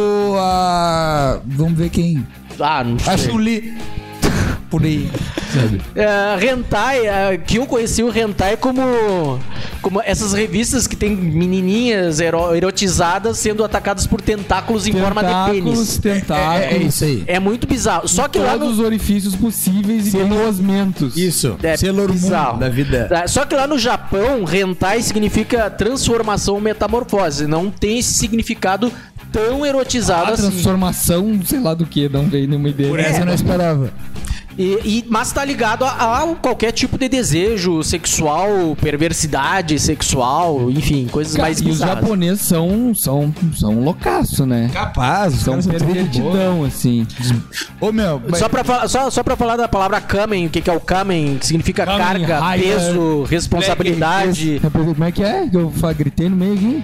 a... Vamos ver quem... Ah, não sei. A Chun-Li. Por aí, sabe? É, hentai, é, que eu conheci o hentai como, como essas revistas que tem menininhas ero- erotizadas sendo atacadas por tentáculos em forma de pênis. Tentáculos, É, é isso aí. É muito bizarro. Só que lá todos no, os orifícios possíveis e Sim. gosmentos. Isso. É Sailor Moon bizarro. da vida. Tá, só que lá no Japão, hentai significa transformação ou metamorfose. Não tem esse significado tão erotizado A assim. transformação, sei lá do que, não veio nenhuma ideia. Por essa eu não esperava. E, e- mas tá ligado a, a qualquer tipo de desejo sexual, perversidade sexual, enfim, coisas Cara, mais e os bizarras. japoneses são, são, são loucaço, né? Capaz, os São caras são tudo de boa. pervertidão, assim. Ô, meu... mas- Só pra, fa- só, só pra falar da palavra kamen, o que, que é o kamen? Que significa Kamen carga, Rider, peso, responsabilidade. Como é que é? Que eu fa- gritei no meio aqui.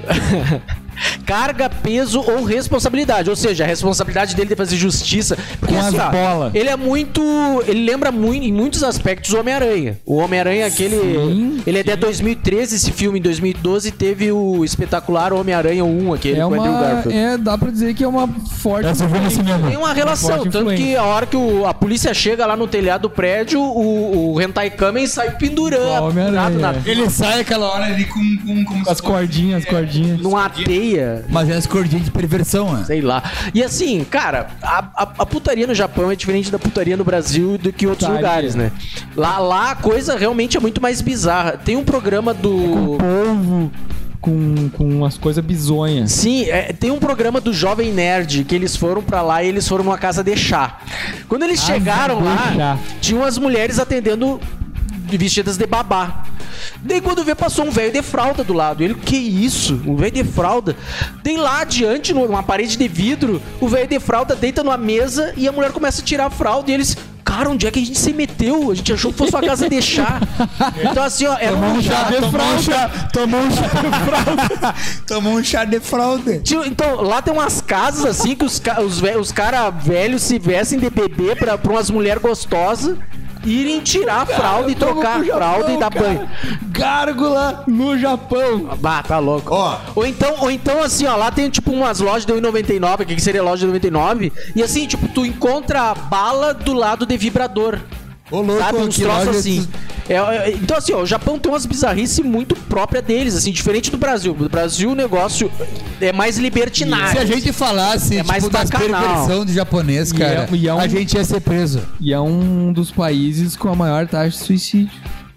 Carga, peso ou responsabilidade. Ou seja, a responsabilidade dele de fazer justiça. Porque Com assim, as ó, bolas. ele é muito. Ele lembra muito, em muitos aspectos, o Homem-Aranha. O Homem-Aranha, aquele. Sim, ele é de dois mil e treze, esse filme. Em dois mil e doze teve o espetacular Homem-Aranha um, aquele É com o Andrew uma. Garfield. É, dá pra dizer que é uma forte. Essa eu vi no cinema. Tem uma relação, forte tanto que influência. a hora que o- a polícia chega lá no telhado do prédio, o, o Hentai Kamen sai pendurando Igual Homem-Aranha, na, é. Ele sai aquela hora ali com... com, com As cordinhas, as cordinhas. numa teia. Mas é as cordinhas de perversão, né? Sei lá. E assim, cara, a, a- a putaria no Japão é diferente da putaria no Brasil do que em outros Putaria. lugares, né? Lá, lá a coisa realmente é muito mais bizarra. Tem um programa do. Polvo com, com umas coisas bizonhas. Sim, é, tem um programa do Jovem Nerd que eles foram pra lá e eles foram numa casa de chá. Quando eles Casa chegaram de lá, chá. tinham as mulheres atendendo vestidas de babá. Daí quando vê, passou um velho de fralda do lado. Ele, que isso? Um velho de fralda. Daí lá adiante, numa parede de vidro, o velho de fralda deita numa mesa e a mulher começa a tirar a fralda e eles... Cara, onde é que a gente se meteu? A gente achou que fosse uma casa de chá. Então assim, ó, era um chá. Tomou um chá, tomou um chá de fralda. Tomou um chá de fralda. Tio, então, lá tem umas casas assim que os, ca- os, ve- os caras velhos se vestem de bebê pra, pra umas mulheres gostosas irem tirar a fralda e trocar a fralda e dar banho. Gárgula no Japão. Ah, tá louco. Ó. Ou então, ou então assim, ó, lá tem tipo umas lojas de um e noventa e nove, que seria loja de noventa e nove, e assim, tipo, tu encontra bala do lado de vibrador. Ô, louco, Sabe, uns que troços loja assim. esses- É, é, então, assim, ó, o Japão tem umas bizarrices muito próprias deles, assim, diferente do Brasil. No Brasil, o negócio é mais libertinário. Se a gente falasse, É mais tipo, das bacanal. perversão de japonês, E cara, é- e é um- a gente ia ser preso. E é um dos países com a maior taxa de suicídio.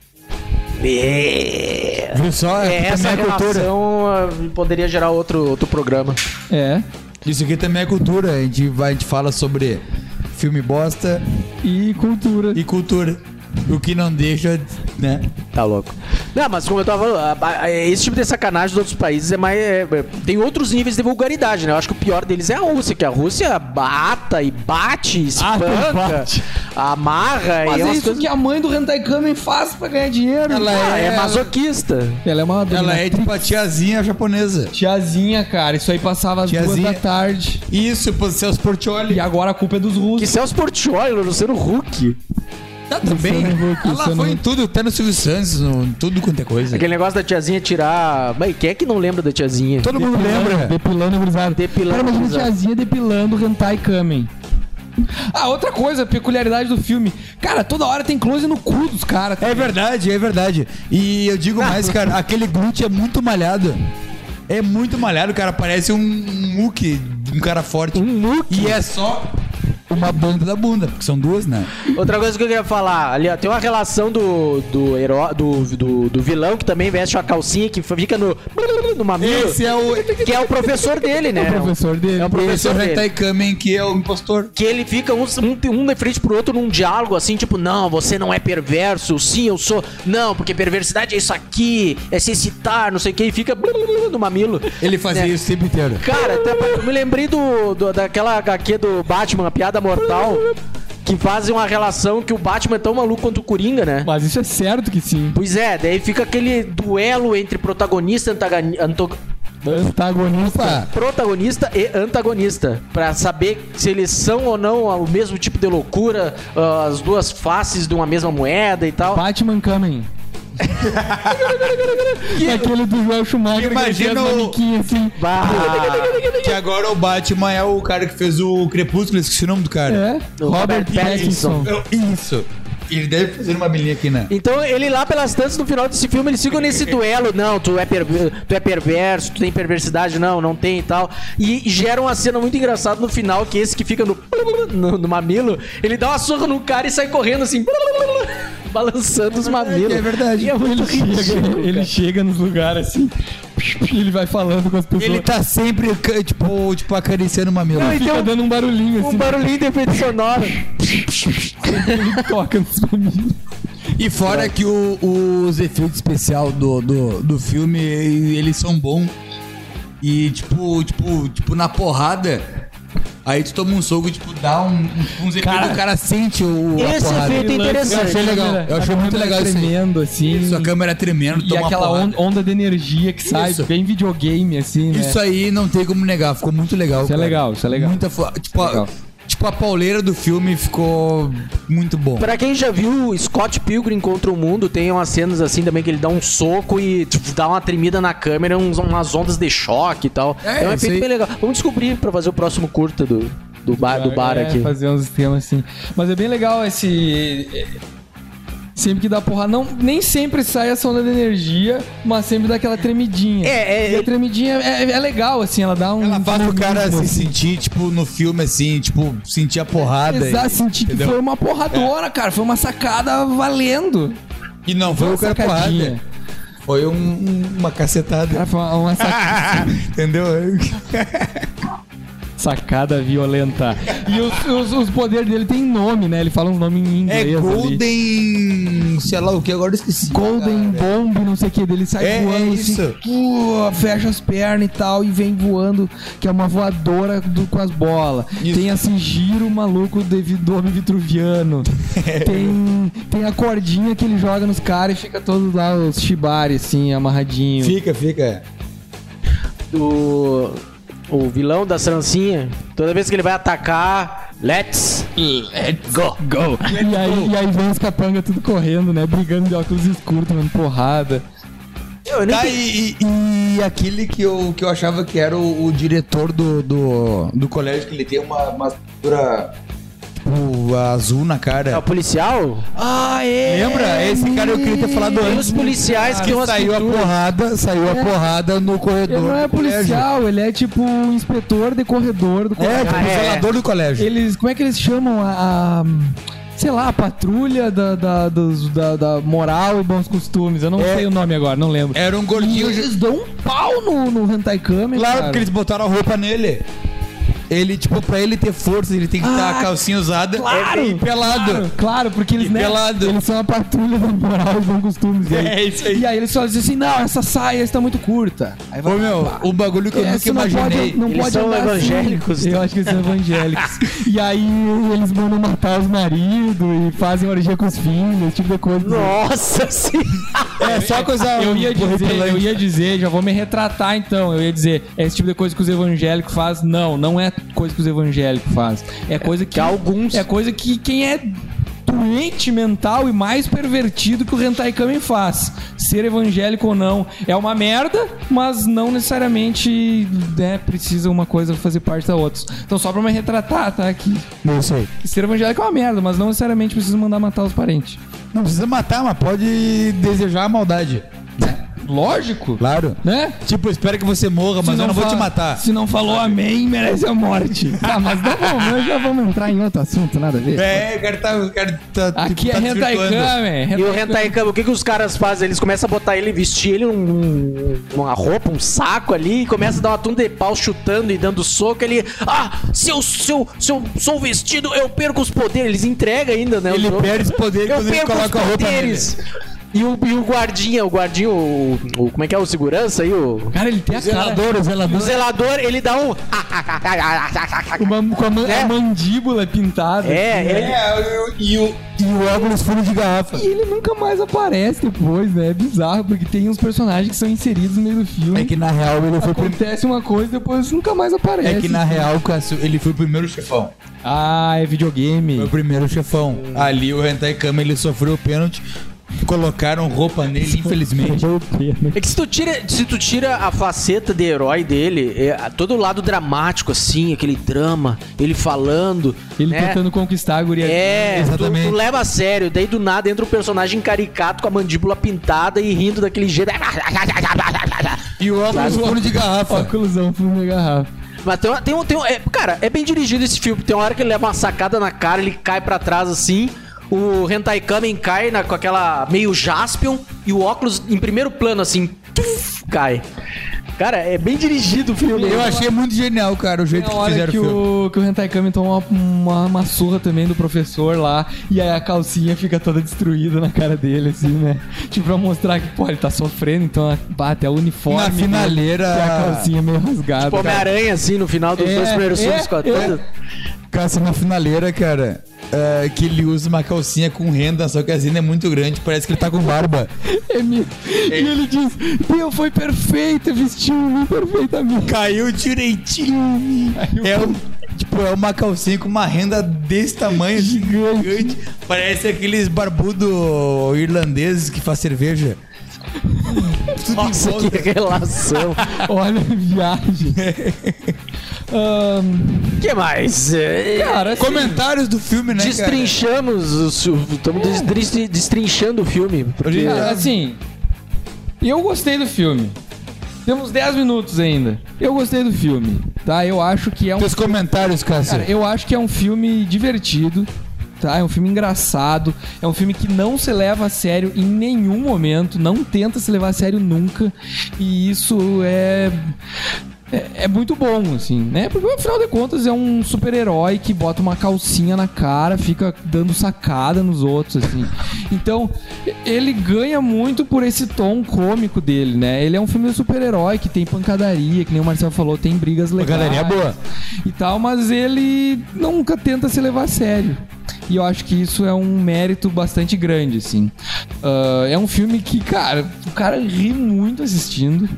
É, Viu só? é, Aqui essa também é cultura. relação ah, poderia gerar outro, outro programa. É. Isso aqui também é cultura. A gente, vai, a gente fala sobre filme bosta E cultura. e cultura. O que não deixa, né? Tá louco. Não, mas como eu tava falando, a- a- esse tipo de sacanagem dos outros países é mais. é- é- tem outros níveis de vulgaridade, né? Eu acho que o pior deles é a Rússia, que a Rússia bata e bate, espanca, bate. amarra Mas e é umas isso coisas. que a mãe do Hentai Kamen faz pra ganhar dinheiro. Ela Ah, é, é- masoquista. Ela é uma Ela é dominatrix. tipo a tiazinha japonesa. Tiazinha, cara. Isso aí passava às duas Tiazinha. da tarde. Isso, pô, Celso Portiolli. E agora a culpa é dos Que russos. Celso Portiolli, Luciano Huck. Tá também. Luciano Huck, Ela Luciano foi em Huck. tudo, até no Silvio Santos, no, tudo quanto é coisa. Aquele negócio da tiazinha tirar. Mãe, quem é que não lembra da tiazinha? Todo mundo Depilando- lembra. Depilando gurizada. Depilando Cara, imagina a gurizada. tiazinha depilando o Hentai Kamen. Ah, outra coisa, peculiaridade do filme. Cara, toda hora tem close no cu dos caras. É verdade, é verdade. E eu digo mais, cara, aquele glúteo é muito malhado. É muito malhado, cara. Parece um muque, um cara forte. Um muque? E é só uma banda da bunda, porque são duas, né? Outra coisa que eu queria falar, ali, ó, tem uma relação do do, heró do, do do vilão que também veste uma calcinha que fica no, no mamilo, Esse é o. que é o professor dele, né? É o professor dele. É o Esse é professor o dele. Hentai Kamen, que é o impostor. Que ele fica um, um, um de frente pro outro num diálogo assim, tipo, não, você não é perverso, sim, eu sou. Não, porque perversidade é isso aqui, é se excitar, não sei o que, e fica no mamilo. Ele fazia É. isso o tempo inteiro. Cara, até, eu me lembrei do, do- daquela H Q do Batman, a Piada Mortal, que fazem uma relação que o Batman é tão maluco quanto o Coringa, né? Mas isso é certo que sim. Pois é, daí fica aquele duelo entre protagonista, antagoni- anto- Antagonista. Opa! protagonista e antagonista, pra saber se eles são ou não o mesmo tipo de loucura, ah, as duas faces de uma mesma moeda e tal. Batman Kamen. Aquele do Joel Schumacher. Imagina que o- o... manequim, assim. Que agora o Batman é o cara que fez o Crepúsculo, esqueci o nome do cara. É. O Robert Robert Pattinson. Pattinson. Eu- Isso. Ele deve fazer uma belinha aqui, né? Então ele lá pelas tantas no final desse filme, eles ficam nesse duelo. Não, tu é, perver- tu é perverso, tu tem perversidade. Não, não tem e tal. E gera uma cena muito engraçada no final, que esse que fica no, no, no mamilo, ele dá uma surra no cara e sai correndo assim, balançando os mamilos. É verdade. E é muito Ele chega, ridículo, ele cara. chega nos lugares assim. E ele vai falando com as pessoas. Ele tá sempre, ca- tipo, tipo acariciando o mamilo. Não, Fica então- dando um barulhinho Um assim. barulhinho de efeito sonoro. Ele toca nos mamilos. E fora que o- os efeitos especiais do, do, do filme, eles são bons. E tipo, tipo, tipo, na porrada, aí tu toma um soco e tipo, dá um, um, uns efeitos, Cara, o cara sente o, a esse porrada. efeito é interessante. Eu achei legal, eu achei A muito câmera legal isso aí. tremendo assim. Isso, a câmera tremendo, E toma uma aquela porrada. on- onda de energia que sai, Isso. bem videogame, assim, né? Isso aí não tem como negar, ficou muito legal. Isso é cara. legal, isso é legal. Muita fo- tipo, a, legal. tipo, a pauleira do filme ficou muito bom. Pra quem já viu Scott Pilgrim contra o Mundo, tem umas cenas assim também que ele dá um soco e tipo, dá uma tremida na câmera, uns, umas ondas de choque e tal. É, É, um isso efeito aí. bem legal. Vamos descobrir pra fazer o próximo curta do, do, bar, do bar É, aqui. fazer uns temas assim. Mas é bem legal esse... Sempre que dá porrada, não, nem sempre sai essa onda de energia, mas sempre dá aquela tremidinha. É, é, E a é- tremidinha é, é legal, assim, ela dá um... Ela faz o cara dinamismo, se assim. sentir, tipo, no filme, assim, tipo, sentir a porrada. Exato, e- senti que entendeu? foi uma porradora, cara. Foi uma sacada valendo. E não foi Uma o cara sacadinha. porrada. Foi um- um- uma cacetada. Cara, foi uma, uma sac- Entendeu? sacada violenta. E os, os, os poderes dele tem nome, né? Ele fala um nome em É inglês ali. Golden. Sei lá o que, agora eu esqueci. Golden cara. Bomb, não sei o que, dele sai É, voando é assim, isso. pô, fecha as pernas e tal, e vem voando, que é uma voadora do- com as bolas. Isso. Tem assim, giro maluco devido do homem vitruviano. tem, tem a cordinha que ele joga nos caras e fica todos lá, os shibari, assim, amarradinho. Fica, fica. O, o vilão da trancinha, toda vez que ele vai atacar, let's, let's go, go. E aí, e aí vem os capangas tudo correndo, né? Brigando de óculos escuros, tomando porrada. Eu nem Tá, tenho- e, e- e aquele que eu, que eu achava que era o, o diretor do, do, do colégio, que ele tem uma, uma pintura tipo, azul na É o cara. policial? Ah, é! Lembra? Esse cara eu queria ter falado Tem antes. os policiais que Que tem umas saiu a pinturas. porrada, saiu a porrada no corredor. Ele não é do colégio. policial, ele é tipo um inspetor de corredor do É, colégio. tipo, Ah, o é. zelador do colégio. Eles, como é que eles chamam a, a- sei lá, a patrulha da, da, dos- da, da moral e bons costumes? Eu não É. sei o nome agora, não lembro. Era um E gordinho. eles dão um pau no, no Hentai Kamen, Claro, cara. porque eles botaram a roupa nele. Ele, tipo, pra ele ter força, ele tem que ter Ah, a calcinha usada Claro, e pelado. Claro, claro, porque eles, E né, pelado. eles são a patrulha da moral e bons costumes. E aí- É, isso aí. E aí eles só dizem assim, não, essa saia está muito curta. Aí vai Ô, lá, meu, pá. o bagulho que eu nunca Essa não imaginei. pode, não Eles pode são andar evangélicos, assim. Eu acho que eles são evangélicos. E aí eles mandam matar os maridos e fazem orgia com os filhos, esse tipo de coisa. Nossa senhora. É só coisa. Eu ia dizer, horripilante. eu ia dizer, já vou me retratar então. Eu ia dizer, é esse tipo de coisa que os evangélicos fazem. Não, não é coisa que os evangélicos fazem. É coisa que, Que alguns- É coisa que quem é doente mental e mais pervertido que o Hentai Kamen faz. Ser evangélico ou não é uma merda, mas não necessariamente né, precisa uma coisa fazer parte da outra. Então só pra me retratar, tá? Que, Não sei. que ser evangélico é uma merda, mas não necessariamente precisa mandar matar os parentes. Não precisa matar, mas pode desejar a maldade. Lógico, Claro. né? Tipo, espero que você morra, mas Se eu não vou fa- te matar. Se não falou amém, merece a morte. Tá, mas não vamos, nós já vamos entrar em outro assunto, nada a ver. É, o cara tá. O cara tá Aqui tá é Hentai desvirtuando. Kamen. E o Hentai Kamen, o que, que os caras fazem? Eles começam a botar ele, vestir ele um, um- uma roupa, um saco ali, e começa a dar uma tunda de pau chutando e dando soco. Ele, ah, se eu, se eu, se eu sou vestido, eu perco os poderes. Eles entregam ainda, né? Ele os outros. perde os poderes Eu quando ele perco os coloca a roupa nele. poderes. E o, e o guardinha, o guardinha, o, o- como é que é o segurança aí? O, Cara, ele tem a cara... o zelador. o zelador, ele dá um... Uma, com a, man- É. a mandíbula pintada. É, ele, É, e o, e o óculos fundo de garrafa. E ele nunca mais aparece depois, né? É bizarro, porque tem uns personagens que são inseridos no meio do filme. É que na real ele foi, prim- Acontece uma coisa e depois nunca mais aparece. é que na real Cássio, ele foi o primeiro chefão. Ah, é videogame. Foi o primeiro chefão. Ali o Hentai Kamen ele sofreu o pênalti Colocaram roupa nele, infelizmente. É que se tu tira, se tu tira a faceta de herói dele, é, todo o lado dramático, assim, aquele drama, ele falando. Ele né? tentando conquistar a guria. É, tu, Exatamente. tu leva a sério, daí do nada entra um personagem caricato com a mandíbula pintada e rindo daquele jeito. E o óculos fundo de garrafa. Óculosão, fundo de garrafa. Mas tem, um- tem um. Tem um é, cara, é bem dirigido esse filme. Tem uma hora que ele leva uma sacada na cara, ele cai pra trás assim. O Hentai Kamen cai na- com aquela meio Jaspion e o óculos em primeiro plano, assim, tuf, cai. Cara, é bem dirigido o filme. Eu achei muito genial, cara, o jeito Tem que a hora fizeram que o filme. o, que o Hentai Kamen toma uma, uma, uma surra também do professor lá, e aí a calcinha fica toda destruída na cara dele, assim, né? Tipo, pra mostrar que, pô, ele tá sofrendo, então a- bah, até o uniforme. Na dele finaleira- tem a calcinha meio rasgada. Tipo, Homem-Aranha, assim, no final dos É, dois primeiros é, filmes com a é. toda. Caça na finaleira, cara, é, que ele usa uma calcinha com renda, só que a renda é muito grande, parece que ele tá com barba. É mesmo. E ele diz, Deus, foi perfeito, vestiu-me perfeitamente. Caiu direitinho. É, um, tipo, é uma calcinha com uma renda desse tamanho, gigante. Parece aqueles barbudo irlandeses que faz cerveja. Tudo Nossa, em volta. que relação. Olha a viagem. Ahn, O que mais? É, cara, assim, Comentários do filme, né, cara? Destrinchamos o su- Estamos destrin- destrinchando o filme. Porque... cara, assim, eu gostei do filme. Temos dez minutos ainda. Eu gostei do filme, tá? Eu acho que é um Teus comentários, Cássio. Cara, eu acho que é um filme divertido, tá? É um filme engraçado, é um filme que não se leva a sério em nenhum momento, não tenta se levar a sério nunca, e isso é... É, é muito bom, assim, né? Porque afinal de contas é um super-herói que bota uma calcinha na cara, fica dando sacada nos outros, assim. Então, ele ganha muito por esse tom cômico dele, né? Ele é um filme de super-herói que tem pancadaria, que nem o Marcel falou, tem brigas legais. Pancadaria boa. E tal, mas ele nunca tenta se levar a sério. E eu acho que isso é um mérito bastante grande, assim. Ah, é um filme que, cara, o cara ri muito assistindo.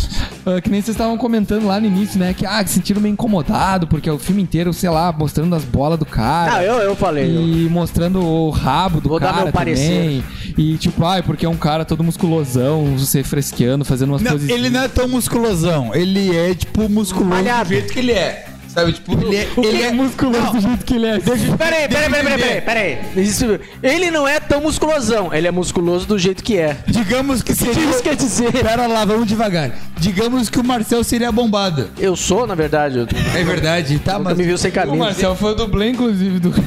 Ah, que nem vocês estavam comentando lá no início, né? Que, ah, que se sentiram meio incomodado, porque é o filme inteiro, sei lá, mostrando as bolas do cara. Ah, eu, eu falei. eu- E mostrando o rabo do Vou dar cara meu também. parecer. E tipo, ai, porque é um cara todo musculosão, se fresqueando, fazendo umas Não, coisas. ele não é tão musculosão. Ele é, tipo, musculoso Malhado. do jeito que ele é. Sabe, tipo, ele é... Ele Ele é é musculoso Não, do jeito que ele é. Peraí, peraí, peraí, peraí, peraí, peraí. Isso- Ele não é tão musculosão, ele é musculoso do jeito que é. digamos que O que seria... isso quer dizer? Pera lá, vamos devagar. Digamos que o Marcel seria bombado. Eu sou, na verdade. Eu É verdade, tá? nunca Mas me viu sem O camisa. Marcel foi o dublê, inclusive, do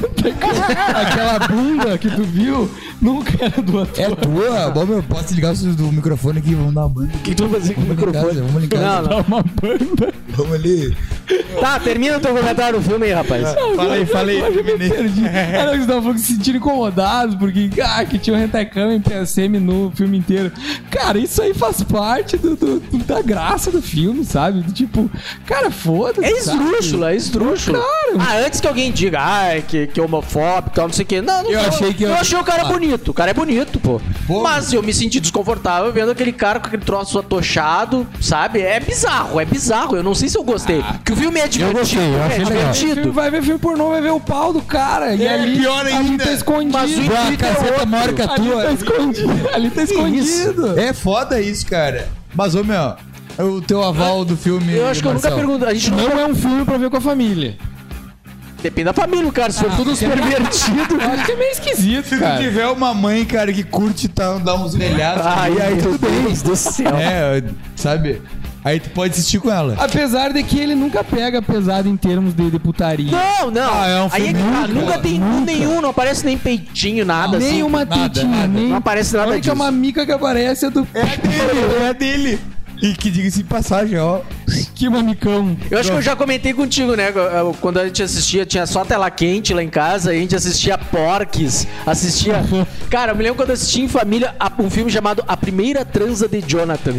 aquela bunda que tu viu, nunca era do ator. é tua? Bom, meu, posso ligar o do microfone aqui? Vamos dar uma banda. O que tu vai fazer com o Vamos ali em microfone? casa, vamos ali em casa. Não, não. Tá uma banda. Vamos ali. Tá, termina o teu comentário do filme aí, rapaz. Falei, falei. Eu me terminei. perdi. Era que vocês estavam falando que se sentiram incomodados, porque, ah, que tinha um hentai kamen P S M no filme inteiro. Cara, isso aí faz parte do, do- do- da graça do filme, sabe? Do tipo, cara, foda-se. É sabe? esdrúxulo, é esdrúxulo. Claro. Ah, antes que alguém diga, ai, que, que homofóbico, tal, não sei o quê. Não, não Eu tô- achei que eu eu- achei o cara Ah. bonito. O cara é bonito, pô. Pô. Mas eu me senti desconfortável vendo aquele cara com aquele troço atochado, sabe? É bizarro, é bizarro. Eu não sei se eu gostei. Que o filme é divertido. gostei, eu é achei legal. divertido. Filme, vai ver filme pornô, vai ver o pau do cara. E É, ali, pior ali ainda. tá escondido. Mas o Uma intuito é caceta outro. maior que a Ali tua. tá escondido. Ali tá escondido. É foda isso, cara. Mas, ô, meu, o teu aval do filme... Eu acho que eu nunca Marcel. pergunto. A gente Não nunca... é um filme pra ver com a família. Depende da família, cara. Se for tudo uns pervertidos. Eu acho que é meio esquisito, Se tu cara. tiver uma mãe, cara, que curte tá, dar uns velhados... Ai, ai, meu Deus do céu. É, sabe? Aí tu pode assistir com ela. Apesar de que ele nunca pega pesado em termos de, de putaria. Não, não. Ah, é um Aí é que filme tá, nunca, nunca tem nunca. nenhum, não aparece nem peitinho, nada nem assim. uma nada, tetinha, nada. nem... Não aparece A nada única disso. mamica que aparece é do... É dele, é dele. E que diga-se de passagem, ó. Que mamicão. Eu acho que eu já comentei contigo, né? eu- Quando a gente assistia, tinha só tela quente lá em casa, a gente assistia Porques, assistia. Cara, eu me lembro quando eu assisti em família a- um filme chamado A Primeira Transa de Jonathan.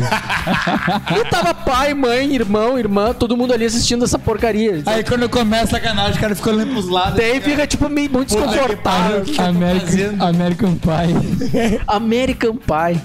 E tava pai, mãe, irmão, irmã, todo mundo ali assistindo essa porcaria. Aí quando começa a sacanagem, o cara fica olhando pros lados. Daí fica, tipo, meio muito Puta que desconfortável. pariu. que eu tô American, fazendo? American Pie. American Pie.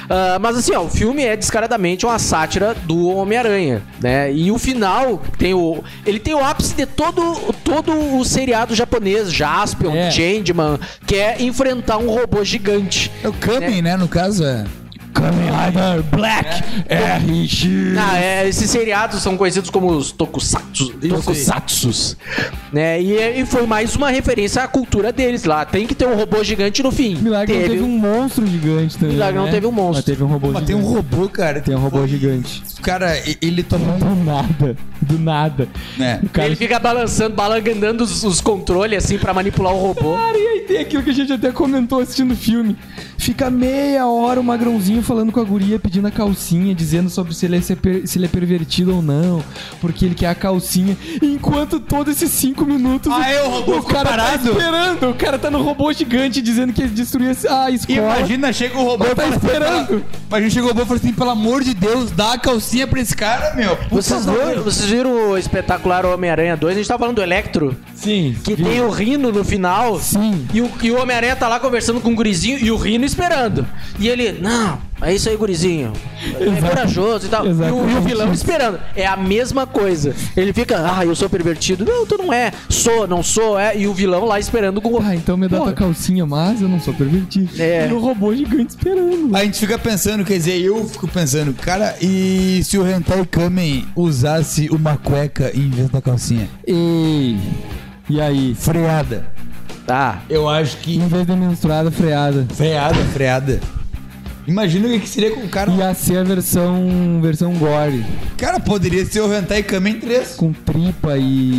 Uh, mas assim, ó, o filme é descaradamente uma sátira do Homem-Aranha, né? E o final tem o... Ele tem o ápice de todo, todo o seriado japonês, Jaspion, É. Changeman, que é enfrentar um robô gigante. É o Kamen, né? No caso, é. Kamen Rider Black R X. Ah, é, esses seriados são conhecidos como os tokusatsu, tokusatsus, né? E, e foi mais uma referência à cultura deles lá. Tem que ter um robô gigante no fim. Milagre não teve um monstro gigante também. Milagre não né? teve um monstro. Mas teve um robô Mas gigante. tem um robô, cara. Tem um robô gigante. Cara, e- ele tomou um. Do nada. Do nada. Né? O cara... Ele fica balançando, balangandando os, os controles assim pra manipular o robô. Cara, e aí tem aquilo que a gente até comentou assistindo o filme. Fica meia hora o magrãozinho falando com a guria, pedindo a calcinha, dizendo sobre se ele é, ser per- se ele é pervertido ou não, porque ele quer a calcinha. Enquanto todos esses cinco minutos Ah, é, o robô ficou cara parado? tá esperando. O cara tá no robô gigante dizendo que ele destruiu a escola. Imagina, chega o robô Mas e tá fala assim, esperando. pela- Imagina, chega o robô e fala assim, pelo amor de Deus, dá a calcinha pra esse cara, meu. Por Vocês favor. viram, vocês viram o espetacular Homem-Aranha dois? A gente tá falando do Electro, Sim. que vi. tem o Rino no final. Sim. E o, e o Homem-Aranha tá lá conversando com o gurizinho e o Rino esperando. E ele, não, é isso aí, gurizinho. É Exato. corajoso e tal. E o, e o Exatamente vilão isso. esperando. É a mesma coisa. Ele fica, ah, eu sou pervertido. Não, tu não é. Sou, não sou, é. E o vilão lá esperando com o... Ah, então me dá Pô, tua calcinha, mas eu não sou pervertido. É. E o robô gigante esperando. A gente fica pensando, quer dizer, eu fico pensando, cara, e se o Hentai Kamen usasse uma cueca em vez da calcinha? Ei. E aí? Freada. Tá. Eu acho que... Em vez de menstruada, freada. Freada, freada. Imagina o que que seria com o cara. Ia ser a versão, versão gore. Cara, poderia ser o Hentai Kamen três. Com tripa e,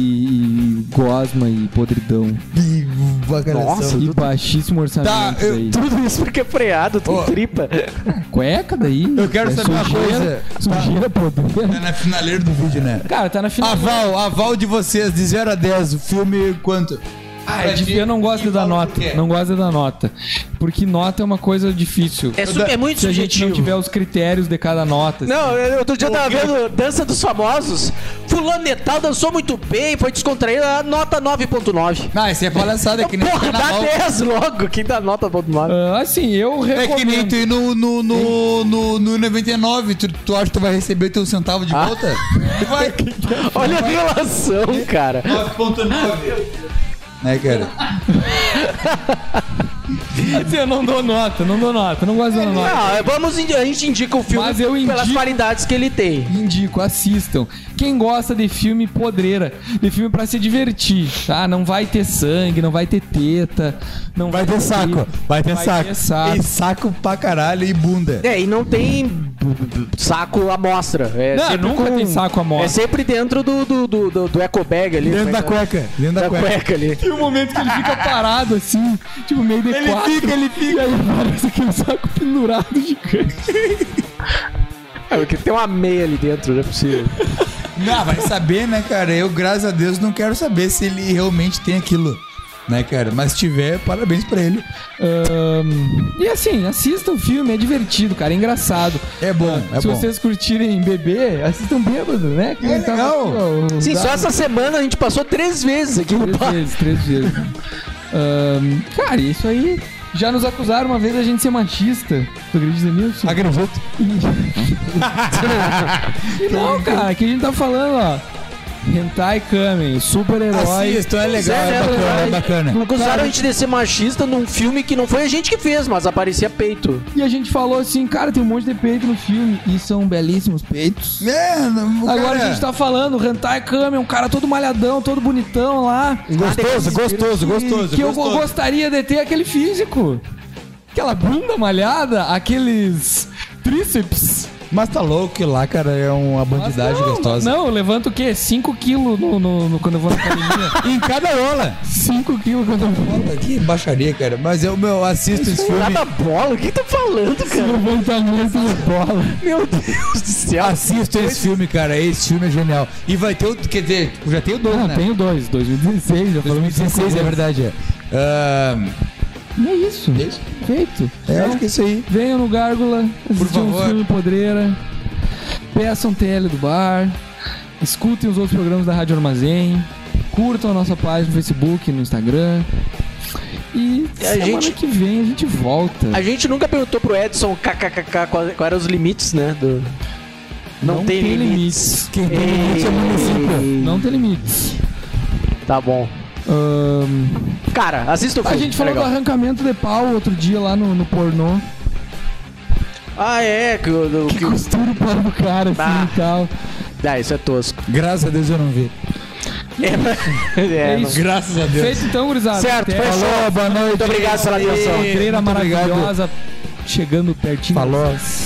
e gosma e podridão. E bacalhação. Nossa, E baixíssimo orçamento Tá, eu- daí. Tudo isso porque é freado, tem Ô. tripa. Cueca daí? Eu quero saber uma coisa. Sujeira, Tá poder. na finaleira do vídeo, né? Cara, tá na final. Aval, aval de vocês, de zero a dez, o filme quanto? Ah, é difícil. Eu não gosto de dar nota. Não gosto de dar nota. Porque nota é uma coisa difícil. É, su- é muito Se a gente não subjetivo. tiver os critérios de cada nota. assim. Não, eu- outro dia eu tava vendo Dança dos Famosos. Fulano de tal dançou muito bem, foi descontraído, nota nove ponto nove. Ah, isso é palhaçada, é que nem Porra, dá carnaval. dez logo. Quem dá nota ponto nove? Ah, assim, eu É recomendo. que nem tu ir no, no, no, no, no noventa e nove, tu, tu acha que tu vai receber teu centavo de Ah. volta? Tu vai. Olha a violação, cara. nove ponto nove. Né, cara? Assim, eu não dou nota, não dou nota, não gosto de dar nota. Não, vamos, indi- a gente indica o filme Mas eu pelas indico- qualidades que ele tem. Indico, assistam. Quem gosta de filme podreira, de filme pra se divertir, tá? Não vai ter sangue, não vai ter teta, não vai, Vai ter saco, vai ter Vai saco. ter saco. E saco pra caralho e bunda. É, e não tem saco à mostra. É Não, sempre nunca com- tem saco à mostra. É sempre dentro do, do, do, do, do eco bag ali. Dentro da cueca, dentro da, Da cueca. cueca ali. Tem um momento que ele fica parado assim, tipo meio de Ele quatro. fica, ele fica. E aí parece aquele saco pendurado gigante. É, porque tem uma meia ali dentro, não é possível. Não, vai saber, né, cara? Eu, graças a Deus, não quero saber se ele realmente tem aquilo. Né, cara? Mas se tiver, parabéns pra ele. Ahn, e assim, assistam o filme, é divertido, cara, é engraçado. É bom, é Se bom. vocês curtirem beber, assistam bêbado, né? Que É nem tava legal. aqui, ó, o Sim, só Dado. essa semana a gente passou três vezes aqui no Três bar. vezes, três vezes. Ahn, cara, isso aí. Já nos acusaram uma vez a gente ser machista. Tu acredita nisso? Acredito. E não, cara, que a gente tá falando, ó. Hentai Kamen, super-herói. Assistam, é legal, Sério, é bacana, é é bacana. Acusaram a gente de ser machista num filme que não foi a gente que fez, mas aparecia peito. E a gente falou assim, cara, tem um monte de peito no filme. E são belíssimos peitos. É, não, o Agora cara- a gente tá falando, Hentai Kamen, um cara todo malhadão, todo bonitão lá. Gostoso, gostoso, Que- gostoso. Que eu gostoso. gostaria de ter aquele físico. Aquela bunda malhada, aqueles tríceps. Mas tá louco que lá, cara, é uma bandidagem não, gostosa. Não, eu levanto o quê? cinco quilos no, no- no- quando eu vou na academia. Em cada rola. cinco quilos quando eu vou. Olha, que baixaria, cara. Mas eu, meu, assisto esse filme. Nada bola? O que tá falando, cara? Levantamento de bola. Meu Deus do céu. Assisto esse filme, cara. Esse filme é genial. E vai ter outro, quer dizer, já tem o dois, Não, né? tenho dois, dois mil e dezesseis, já falamos dois mil e dezesseis, é verdade. É. Ah, E é isso. É isso? Feito. é, acho que é isso aí. Venham no Gárgula, assistir um favor. filme podreira, peçam T L do bar, escutem os outros programas da Rádio Armazém, curtam a nossa página no Facebook e no Instagram. E E a semana gente- que vem a gente volta. A gente nunca perguntou pro Edson kkkk quais qual eram os limites, né? Do... Não, tem, limites. Quem tem limite é município. Não tem limites. Tá bom. Ahn, Cara, assista o a filme. gente é falou do legal. arrancamento de pau outro dia lá no, no pornô. Ah, é. Que, o- do- Que que o- costura o pau do cara assim Ah. e tal. Ah, isso é tosco. Graças a Deus eu não vi. É, é, É não- isso. Graças a Deus. Feito então, gurizada. Certo, Até fechou. a Boa noite. Muito obrigado pela atenção. Treira Muito obrigado. maravilhosa chegando pertinho. Falou. de vocês.